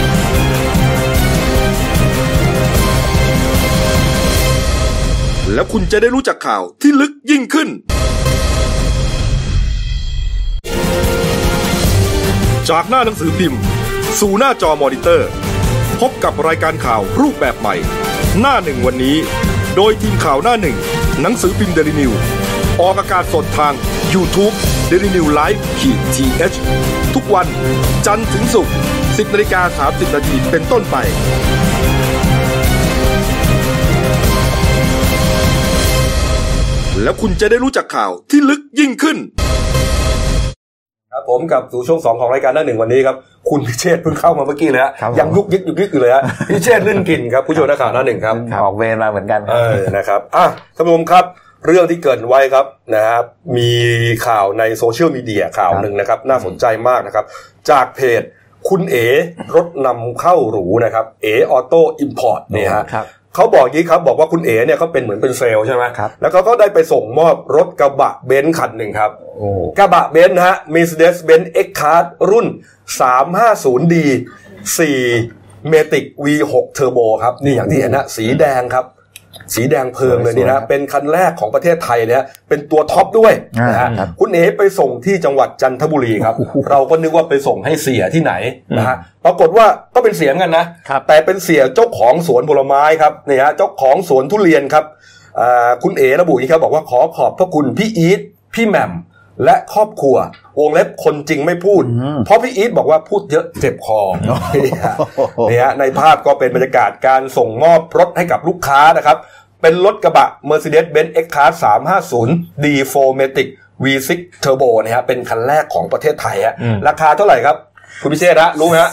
แล้วคุณจะได้รู้จักข่าวที่ลึกยิ่งขึ้นจากหน้าหนังสือพิมพ์สู่หน้าจอมอนิเตอร์พบกับรายการข่าวรูปแบบใหม่หน้าหนึ่งวันนี้โดยทีมข่าวหน้าหนึ่งหนังสือพิมพ์ Daily News ออกอากาศสดทาง YouTube Daily News Live-TH ทุกวันจันทร์ถึงศุกร์ 10:30 น.เป็นต้นไปแล้วคุณจะได้รู้จักข่าวที่ลึกยิ่งขึ้นครับผมกับสู่ช่วง2ของรายการหน้าหนึ่งวันนี้ครับคุณพิเชษฐ์เพิ่งเข้ามาเมื่อกี้เลยฮะยังยุกยิกอยู่เลยฮะพิเชษฐ์ลื่นกลิ่นครับผู้ช่วยนักข่าวหน้าหนึ่งครับออกเวรมาเหมือนกันนะครับท่านผู้ชมครับเรื่องที่เกิดไว้ครับนะครับมีข่าวในโซเชียลมีเดียข่าวหนึ่งนะครับน่าสนใจมากนะครับจากเพจคุณเอ๋รถนำเข้าหรูนะครับเอ๋ออโต้อิมพอร์ตเนี่ยฮะเขาบอกอย่างนี้ครับบอกว่าคุณเอ๋เนี่ยเขาเป็นเหมือนเป็นเซลล์ใช่ไหมแล้วเขาก็ได้ไปส่งมอบรถกระบะเบนซ์คันหนึ่งครับกระบะเบนซ์ฮะ Mercedes-Benz X-Class รุ่น 350D 4 Matic V6 Turbo ครับนี่อย่างที่เห็นนะสีแดงครับสีแดงเพลิงเลยนี่นะเป็นคันแรกของประเทศไทยเนี่ยเป็นตัวท็อปด้วยนะฮะคุณเอ๋ไปส่งที่จังหวัดจันทบุรีครับเราก็นึกว่าไปส่งให้เสียที่ไหนนะฮะปรากฏว่าก็เป็นเสียกันนะแต่เป็นเสียเจ้าของสวนผลไม้ครับนี่ฮะเจ้าของสวนทุเรียนครับคุณเอ๋ระบุอย่างนี้ครับบอกว่าขอขอบพระคุณพี่อีทพี่แหม่มและครอบครัววงเล็บคนจริงไม่พูดเพราะพี่อีทบอกว่าพูดเยอะเจ็บคอนี่ฮะในภาพก็เป็นบรรยากาศการส่งมอบรถให้กับลูกค้านะครับเป็นรถกระบะ Mercedes-Benz X-Class 350D 4 Matic V6 Turbo นะฮะเป็นคันแรกของประเทศไทยฮะราคาเท่าไหร่ครับคุณพิเชษฐ์รู้ไหมฮะ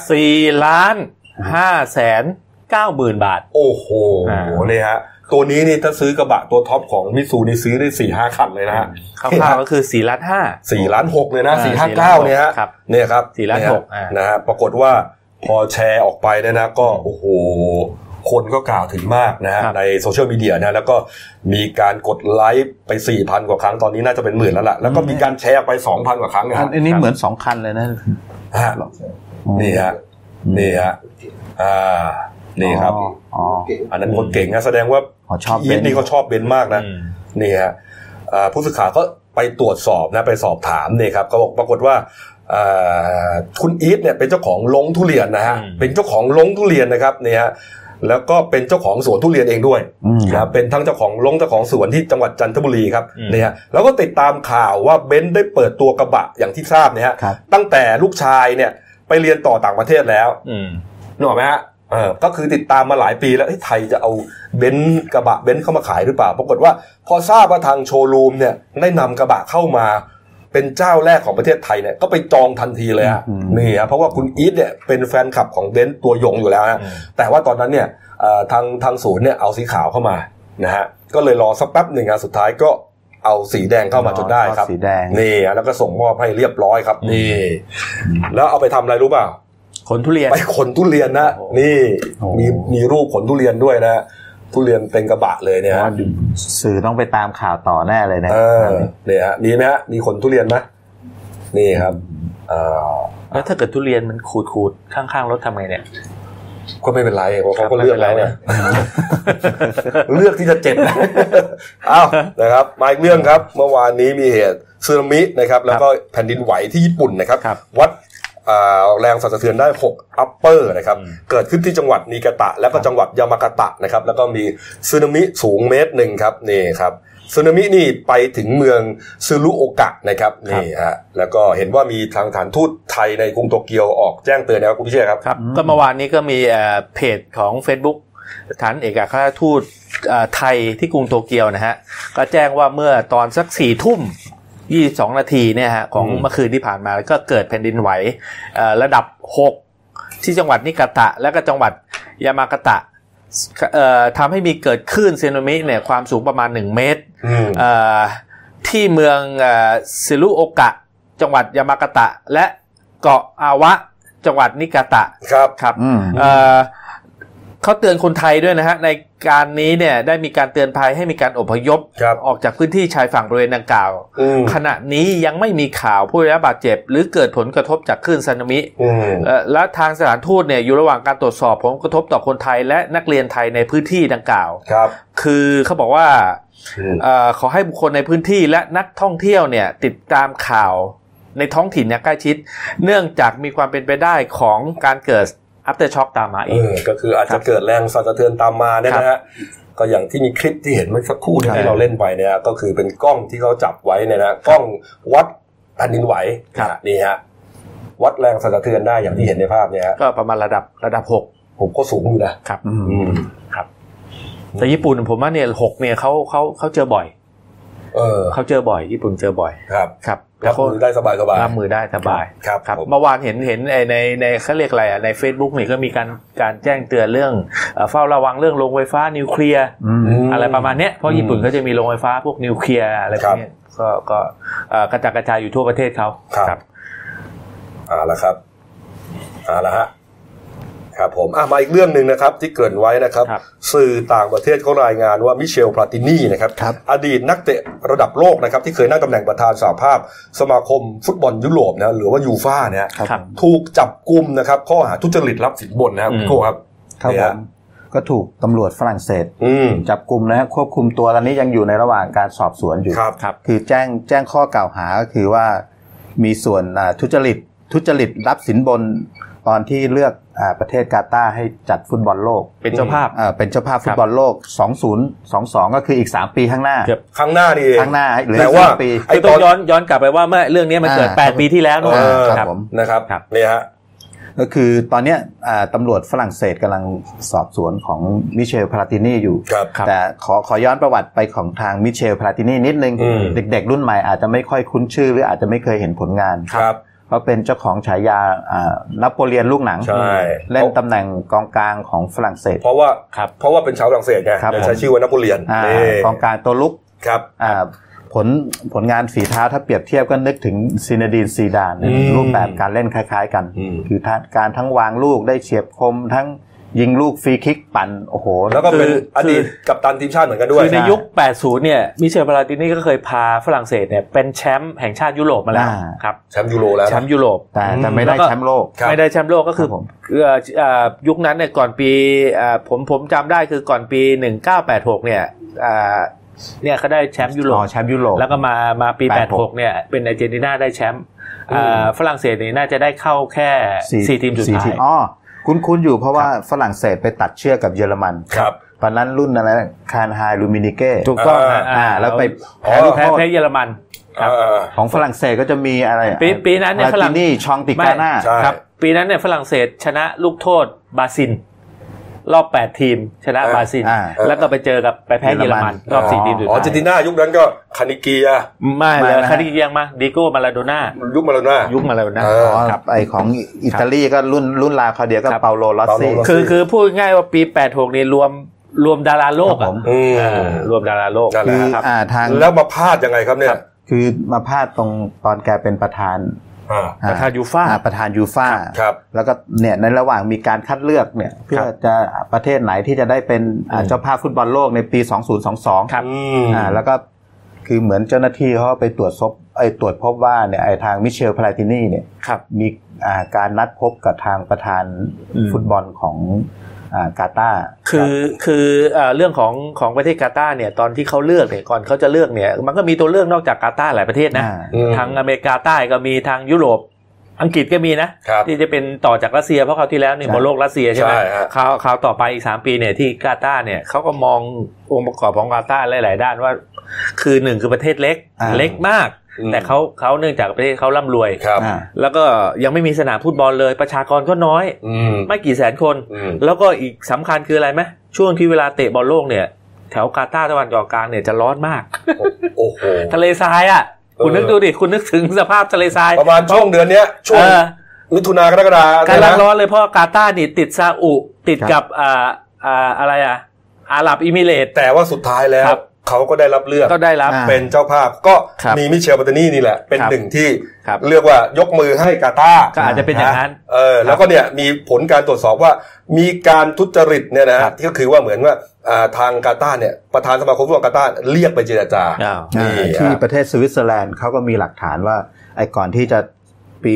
4,590,000 บาทโอ้โหนี่ฮะตัวนี้นี่ถ้าซื้อกระบะตัวท็อปของมิตซูนี่ซื้อได้ 4-5 คันเลยนะฮะคร่าวๆก็คือ4,500,000 4,600,000เลยนะ459เนี่ยฮะเนี่ยครับ 4,600,000 นะฮะปรากฏว่าพอแชร์ออกไปเนี่ยนะก็โอ้โหคนก็กล่าวถึงมากนะฮะในโซเชียลมีเดียนะแล้วก็มีการกดไลค์ไป 4,000 กว่าครั้งตอนนี้น่าจะเป็นหมื่นแล้วล่ะแล้วก็มีการแชร์ไป 2,000 กว่าครั้งนะครับอันนี้เหมือน2คันเลยนะนี่ฮะนี่ฮะนี่ครับอันนั้นคนเก่งนะแสดงว่าอีทนี่เขาชอบเบนซ์มากนะนี่ฮะผู้สื่อข่าวก็ไปตรวจสอบนะไปสอบถามเนี่ยครับก็บอกปรากฏว่าคุณอีทเนี่ยเป็นเจ้าของลงทุเรียนนะฮะเป็นเจ้าของลงทุเรียนนะครับเนี่ยฮะแล้วก็เป็นเจ้าของสวนทุเรียนเองด้วยนะเป็นทั้งเจ้าของลงเจ้าของสวนที่จังหวัดจันทบุรีครับเนี่ยฮะแล้วก็ติดตามข่าวว่าเบนซ์ได้เปิดตัวกระบะอย่างที่ทราบเนี่ยฮะตั้งแต่ลูกชายเนี่ยไปเรียนต่อต่างประเทศแล้วนึกออกไหมฮะก็คือติดตามมาหลายปีแล้วไทยจะเอาเบนซ์กระบะเบนซ์เข้ามาขายหรือเปล่าปรากฏว่าพอทราบว่าทางโชว์รูมเนี่ยได้นำกระบะเข้ามาเป็นเจ้าแรกของประเทศไทยเนี่ยก็ไปจองทันทีเลยฮะนี่ฮะเพราะว่าคุณอีทเนี่ยเป็นแฟนคลับของเบนซ์ตัวยงอยู่แล้วฮะแต่ว่าตอนนั้นเนี่ยทางศูนย์เนี่ยเอาสีขาวเข้ามานะฮะก็เลยรอสักแป๊บหนึ่งสุดท้ายก็เอาสีแดงเข้ามาจนได้ครับสีแดงนี่แล้วก็ส่งมอบให้เรียบร้อยครับนี่แล้วเอาไปทำอะไรรู้เปล่าขนทุเรียนไปขนทุเรียนนะนี่มีรูปขนทุเรียนด้วยนะทุเรียนเป็นกระบะเลยเนี่ยสื่อต้องไปตามข่าวต่อแน่เลยนะเนี่ยฮะมีไหมฮะมีขนทุเรียนไหมนี่ครับแล้วถ้าเกิดทุเรียนมันขูดๆข้างๆรถทำไงเนี่ยก็ไม่เป็นไรเพราะเขาก็เลือกแล้วเนี่ยเลือกที่จะเจ็บอ้าวนะครับมาอีกเรื่องครับเมื่อวานนี้มีเหตุสึนามินะครับแล้วก็แผ่นดินไหวที่ญี่ปุ่นนะครับวัดแรงสั่นสะเทือนได้6อัปเปอร์นะครับเกิดขึ้นที่จังหวัดนิกาตะแล้วก็จังหวัดยามากาตะนะครับแล้วก็มีสึนามิสูง1 เมตรครับนี่ครับสึนามินี่ไปถึงเมืองซึรุโอกะนะครับนี่ฮะแล้วก็เห็นว่ามีทางสถานทูตไทยในกรุงโตเกียวออกแจ้งเตือนนะครับคุณพิเชษครับก็เมื่อวานนี้ก็มีเพจของ Facebook สถานเอกอัครราชทูตไทยที่กรุงโตเกียวนะฮะก็แจ้งว่าเมื่อตอนสัก 22 นาทีเนี่ยฮะของเมื่อคืนที่ผ่านมาก็เกิดแผ่นดินไหวระดับ6ที่จังหวัดนิกาตะและก็จังหวัดยามากาตะทำให้มีเกิดคลื่นสึนามิเนี่ยความสูงประมาณ1 เมตรที่เมืองซึรุโอกะจังหวัดยามากาตะและเกาะอาวะจังหวัดนิกาตะครับเขาเตือนคนไทยด้วยนะฮะในการนี้เนี่ยได้มีการเตือนภัยให้มีการอพยพออกจากพื้นที่ชายฝั่งบริเวณดังกล่าวขณะนี้ยังไม่มีข่าวผู้ได้รับบาดเจ็บหรือเกิดผลกระทบจากคลื่นสึนามิและทางสถานทูตเนี่ยอยู่ระหว่างการตรวจสอบผลกระทบต่อคนไทยและนักเรียนไทยในพื้นที่ดังกล่าวคือเขาบอกว่าขอให้บุคคลในพื้นที่และนักท่องเที่ยวเนี่ยติดตามข่าวในท้องถิ่นเนี่ยใกล้ชิดเนื่องจากมีความเป็นไปได้ของการเกิดafter shock ตามมาอีกก็คืออาจจะเกิดแรงสั่นสะเทือนตามมาเนี่ยนะฮะก็อย่างที่มีคลิปที่เห็นเมื่อสักครู่ที่เราเล่นไปเนี่ยก็คือเป็นกล้องที่เขาจับไว้เนี่ยนะกล้องวัดแผ่นดินไหวนี่ฮะวัดแรงสั่นสะเทือนได้อย่างที่เห็นในภาพเนี่ยก็ประมาณระดับ6 ผมก็สูงอยู่นะครับครับแต่ญี่ปุ่นผมว่าเนี่ย6เนี่ยเขาเจอบ่อยเขาเจอบ่อยญี่ปุ่นเจอบ่อยครับรับมือได้สบายรับมือได้สบายครับเมื่อวานเห็นในเขาเรียกอะไรใน Facebook นี่ก็มีการแจ้งเตือนเรื่องเฝ้าระวังเรื่องโรงไฟฟ้านิวเคลียร์อะไรประมาณนี้เพราะญี่ปุ่นก็จะมีโรงไฟฟ้าพวกนิวเคลียร์อะไรพวกนี้ก็กระจายกระจายอยู่ทั่วประเทศเขาครับละครับละฮะครับผมมาอีกเรื่องนึงนะครับที่เกริ่นไว้นะครับสื่อต่างประเทศเขารายงานว่ามิเชลพลาตินีนะครับอดีตนักเตะระดับโลกนะครับที่เคยนั่งตำแหน่งประธานสหภาพสมาคมฟุตบอลยุโรปนะหรือว่ายูฟ่าเนี่ยถูกจับกุมนะครับข้อหาทุจริตรับสินบนนะครับพี่โก้ครับผมก็ถูกตำรวจฝรั่งเศสจับกุมนะควบคุมตัวตอนนี้ยังอยู่ในระหว่างการสอบสวนอยู่คือแจ้งข้อกล่าวหาก็คือว่ามีส่วนทุจริตรับสินบนตอนที่เลือกประเทศกาตาร์ให้จัดฟุตบอลโลกเป็นเจ้าภาพฟุตบอลโลก2022ก็คืออีก3ปีข้างหน้าข้างหน้านี่ข้างหน้าแต่ว่าคือต้องย้อนกลับไปว่าเมื่อเรื่องนี้มันเกิด8ปีที่แล้วครับผมนะครับนี่ฮะก็คือตอนนี้ตำรวจฝรั่งเศสกำลังสอบสวนของมิเชลพลาตินีอยู่แต่ขอย้อนประวัติไปของทางมิเชลพลาตินีนิดนึงเด็กๆรุ่นใหม่อาจจะไม่ค่อยคุ้นชื่อหรืออาจจะไม่เคยเห็นผลงานเขาเป็นเจ้าของฉายานโปเลียนลูกหนังเล่นตำแหน่งกองกลางของฝรั่งเศสเพราะว่าเป็นชาวฝรั่งเศสไงใช้ชื่อว่านโปเลียนกองกลางตัวลุกผลงานฝีเท้าถ้าเปรียบเทียบก็นึกถึงซินาดีนซีดานรูปแบบการเล่นคล้ายๆกันคือการทั้งวางลูกได้เฉียบคมทั้งยิงลูกฟรีคิกปั่นโอ้โหแล้วก็เป็นอดีตกัปตันทีมชาติเหมือนกันด้วยคือในยุค80เนี่ยมิเชล พาลาตินีก็เคยพาฝรั่งเศสเนี่ยเป็นแชมป์แห่งชาติยุโรปมาแล้วครับแชมป์ยูโรแล้วแชมป์ยุโรปแต่ไม่ได้แชมป์โลกไม่ได้แชมป์โลกก็คือยุคนั้นเนี่ยก่อนปีผมจำได้คือก่อนปี1986เนี่ยเขาได้แชมป์ยุโรปแล้วก็มาปี86เนี่ยเป็นอาร์เจนตินาได้แชมป์ฝรั่งเศสนี่น่าจะได้เข้าแค่4ทีมสุดท้ายคุ้นอยู่เพราะว่าฝรั่งเศสไปตัดเชือกกับเยอรมันครับตอนนั้นรุ่นอะไรคานไฮลูมินิเก้ถูกต้องแล้วไปแพ้เยอรมันของฝรั่งเศสก็จะมีอะไรปีนั้นเนี่ยฝรั่งนี่ชองติกาน่าครับปีนั้นเนี่ยฝรั่งเศสชนะลูกโทษบราซิลรอบ8ทีมชนะบราซิลแล้วก็ไปเจอกับไปแพ้เยอรมันรอบ4ทีมสุดท้ายอาร์เจนตินายุคนั้นก็คานิเกียไม่เลยคานิเกียมาดิโก้มาลาโดน่ายุคมาลาโดน่าครับไอของอิตาลีก็รุ่นราวเขาเดียวก็เปาโลลอสซี่คือพูดง่ายว่าปี86นี่รวมดาราโลกรวมดาราโลกคือทางแล้วมาพลาดยังไงครับเนี่ยคือมาพลาดตรงตอนแกเป็นประธานยูฟ่าครับแล้วก็เนี่ยในระหว่างมีการคัดเลือกเนี่ยเพื่อจะประเทศไหนที่จะได้เป็นเจ้าภาพฟุตบอลโลกในปี2022 ครับแล้วก็คือเหมือนเจ้าหน้าที่เขาไปตรวจพบว่าเนี่ยทางมิเชล พาลาตินีเนี่ยมีการนัดพบกับทางประธานฟุตบอลของกาตาร์คือเรื่องของประเทศกาตาร์เนี่ยตอนที่เขาเลือกเนี่ยก่อนเขาจะเลือกเนี่ยมันก็มีตัวเลือกนอกจากกาตาร์หลายประเทศนะทางอเมริกาใต้ก็มีทางยุโรปอังกฤษก็มีนะที่จะเป็นต่อจากรัสเซียเพราะคราวที่แล้วเนี่ยบอลโลกรัสเซียใช่ไหมคราวต่อไปอีก3ปีเนี่ยที่กาตาร์เนี่ยเขาก็มององค์ประกอบของกาตาร์หลายๆด้านว่าคือ1คือประเทศเล็กมากแต่เขาเนื่องจากประเทศเขาร่ำรวยแล้วก็ยังไม่มีสนามฟุตบอลเลยประชากรก็น้อยไม่กี่แสนคนแล้วก็อีกสำคัญคืออะไรไหมช่วงที่เวลาเตะบอลโลกเนี่ยแถวกาตาร์ตะวันออกกลางเนี่ยจะร้อนมากทะเลทรายอ่ะคุณนึกดูดิคุณนึกถึงสภาพทะเลทรายประมาณช่วงเดือนนี้ช่วงมิถุนากรกฎาคมกำลังร้อนเลยเพราะกาตาร์นี่ติดซาอุติดกับอะไรอาหรับอิมิเรตส์แต่ว่าสุดท้ายแล้วเขาก็ได้รับเลือกเป็นเจ้าภาพก็มีมิเชล พาลาตินีนี่แหละเป็นหนึ่งที่เรียกว่ายกมือให้กาตาร์ก็อาจจะเป็นอย่างนั้นแล้วก็เนี่ยมีผลการตรวจสอบว่ามีการทุจริตเนี่ยนะที่ก็คือว่าเหมือนว่าทางกาตาร์เนี่ยประธานสมาคมฟุตบอลกาตาร์เรียกไปเจรจาที่ประเทศสวิตเซอร์แลนด์เขาก็มีหลักฐานว่าไอ้ก่อนที่จะปี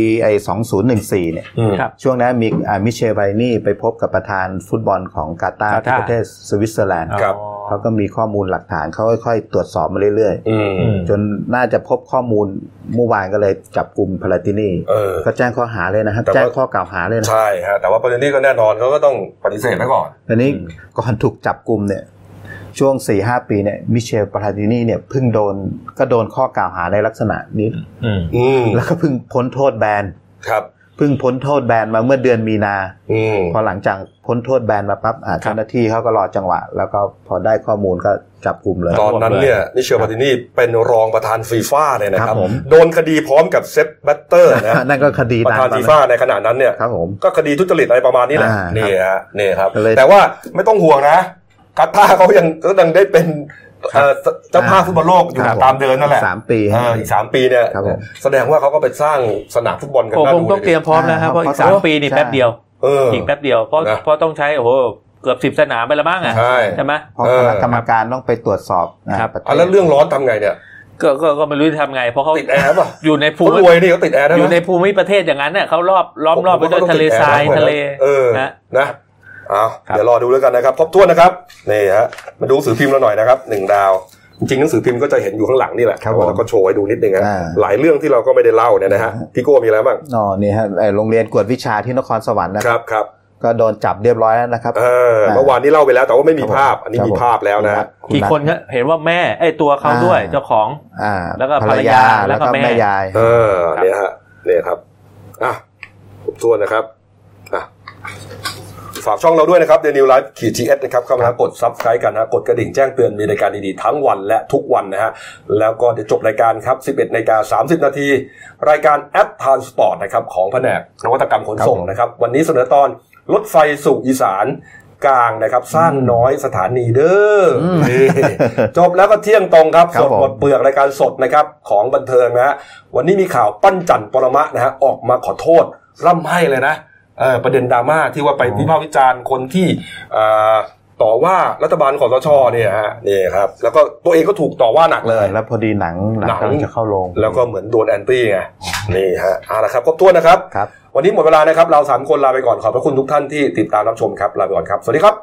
2014เนี่ยช่วงนั้นมีมิเชล พาลาตินีไปพบกับประธานฟุตบอลของกาตาร์ที่ประเทศสวิตเซอร์แลนด์เขาก็มีข้อมูลหลักฐานเขาค่อยๆตรวจสอบมาเรื่อยๆจนน่าจะพบข้อมูลเมื่อวานก็เลยจับกลุ่ม พาลาตินีก็แจ้งข้อหาเลยนะครับแจ้งข้อกล่าวหาเลยนะใช่ฮะแต่ว่าพาลาตินีก็แน่นอนเขาก็ต้องปฏิเสธไว้ก่อนอันนี้ก่อนถูกจับกลุ่มเนี่ยช่วง 4-5 ปีเนี่ยมิเชล พาลาตินีเนี่ยเพิ่งโดนข้อกล่าวหาในลักษณะนี้แล้วก็เพิ่งพ้นโทษแบนเพิ่งพ้นโทษแบนมาเมื่อเดือนมีนาพอหลังจากพ้นโทษแบนมาปั๊บเจ้าหน้าที่เขาก็รอจังหวะแล้วก็พอได้ข้อมูลก็จับกลุ่มเลยตอนนั้นเนี่ยมิเชล พาลาตินีเป็นรองประธานฟีฟ่าเลยนะครับโดนคดีพร้อมกับเซปแบตเตอร์นะนั่นก็คดีประธานฟีฟ่าในขณะนั้นเนี่ยก็คดีทุจริตอะไรประมาณนี้แหละนี่ครับแต่ว่าไม่ต้องห่วงนะกาตาร์เขายังได้เป็นเจ้าภาพฟุตบอลโลกอยู่ตามเดินนั่นแหละ 3 ปีอีก3 ปีเนี่ยแสดงว่าเขาก็ไปสร้างสนามฟุตบอลกันน่าดูต้องเตรียมพร้อมแล้วครับเพราะอีก3 ปีนี่แป๊บเดียวอีกแป๊บเดียวเพราะต้องใช้โอ้โหเกือบ10 สนามไปละมั้งใช่ไหมเพราะคณะกรรมการต้องไปตรวจสอบแล้วเรื่องร้อนทำไงเนี่ยก็ไม่รู้จะทำไงเพราะเขาติดแอร์ป่ะอยู่ในภูมิรวยนี่เขาติดแอร์อยู่ในภูมิประเทศอย่างนั้นเนี่ยเขาล้อมรอบไปด้วยทะเลทรายทะเลนะเดี๋ยวรอดูแล้วกันนะครับครบถ้วนนะครับนี่ฮะมาดูหนังสือพิมพ์เราหน่อยนะครับ1 ดาวจริงๆหนังสือพิมพ์ก็จะเห็นอยู่ข้างหลังนี่แหละแล้วก็โชว์ให้ดูนิดนึงนะหลายเรื่องที่เราก็ไม่ได้เล่าเนี่ยนะฮะพี่โก้มีอะไรบ้างนี่ฮะโรงเรียนกวดวิชาที่นครสวรรค์นะครับก็โดนจับเรียบร้อยแล้วนะครับเมื่อวานนี้เล่าไปแล้วแต่ว่าไม่มีภาพอันนี้มีภาพแล้วนะกี่คนเห็นว่าแม่ตัวเขาด้วยเจ้าของแล้วก็ภรรยาแล้วก็แม่ยายเนี่ยฮะเนี่ยครับครบถ้วนนะครับฝากช่องเราด้วยนะครับ The New Life _TS นะครับเข้ามากด Subscribe กันนะกดกระดิ่งแจ้งเตือนมีรายการดีๆทั้งวันและทุกวันนะฮะแล้วก็เดี๋ยวจบรายการครับ 11:30 น.รายการแอป Transport นะครับของแผนกนวัตกรรมขนส่งนะครับวันนี้เสนอตอนรถไฟสู่อีสานกลางนะครับสร้างน้อยสถานีเด้อจบแล้วก็เที่ยงตรงครับสดหมดเปลือกรายการสดนะครับของบันเทิงนะฮะวันนี้มีข่าวปั้นจันปรมะนะฮะออกมาขอโทษร่ำไห้เลยนะประเด็นดราม่าที่ว่าไปวิพากษ์วิจารณ์คนที่ต่อว่ารัฐบาลคสช.เนี่ยฮะนี่ครับแล้วก็ตัวเองก็ถูกต่อว่าหนักเลยแล้วพอดีหนังกำลังจะเข้าโรงแล้วก็เหมือนโดนแอนตี้ไงนี่ฮะเอาละครับครบถ้วนนะครับวันนี้หมดเวลานะครับเรา3คนลาไปก่อนขอบพระคุณทุกท่านที่ติดตามรับชมครับลาไปก่อนครับสวัสดีครับ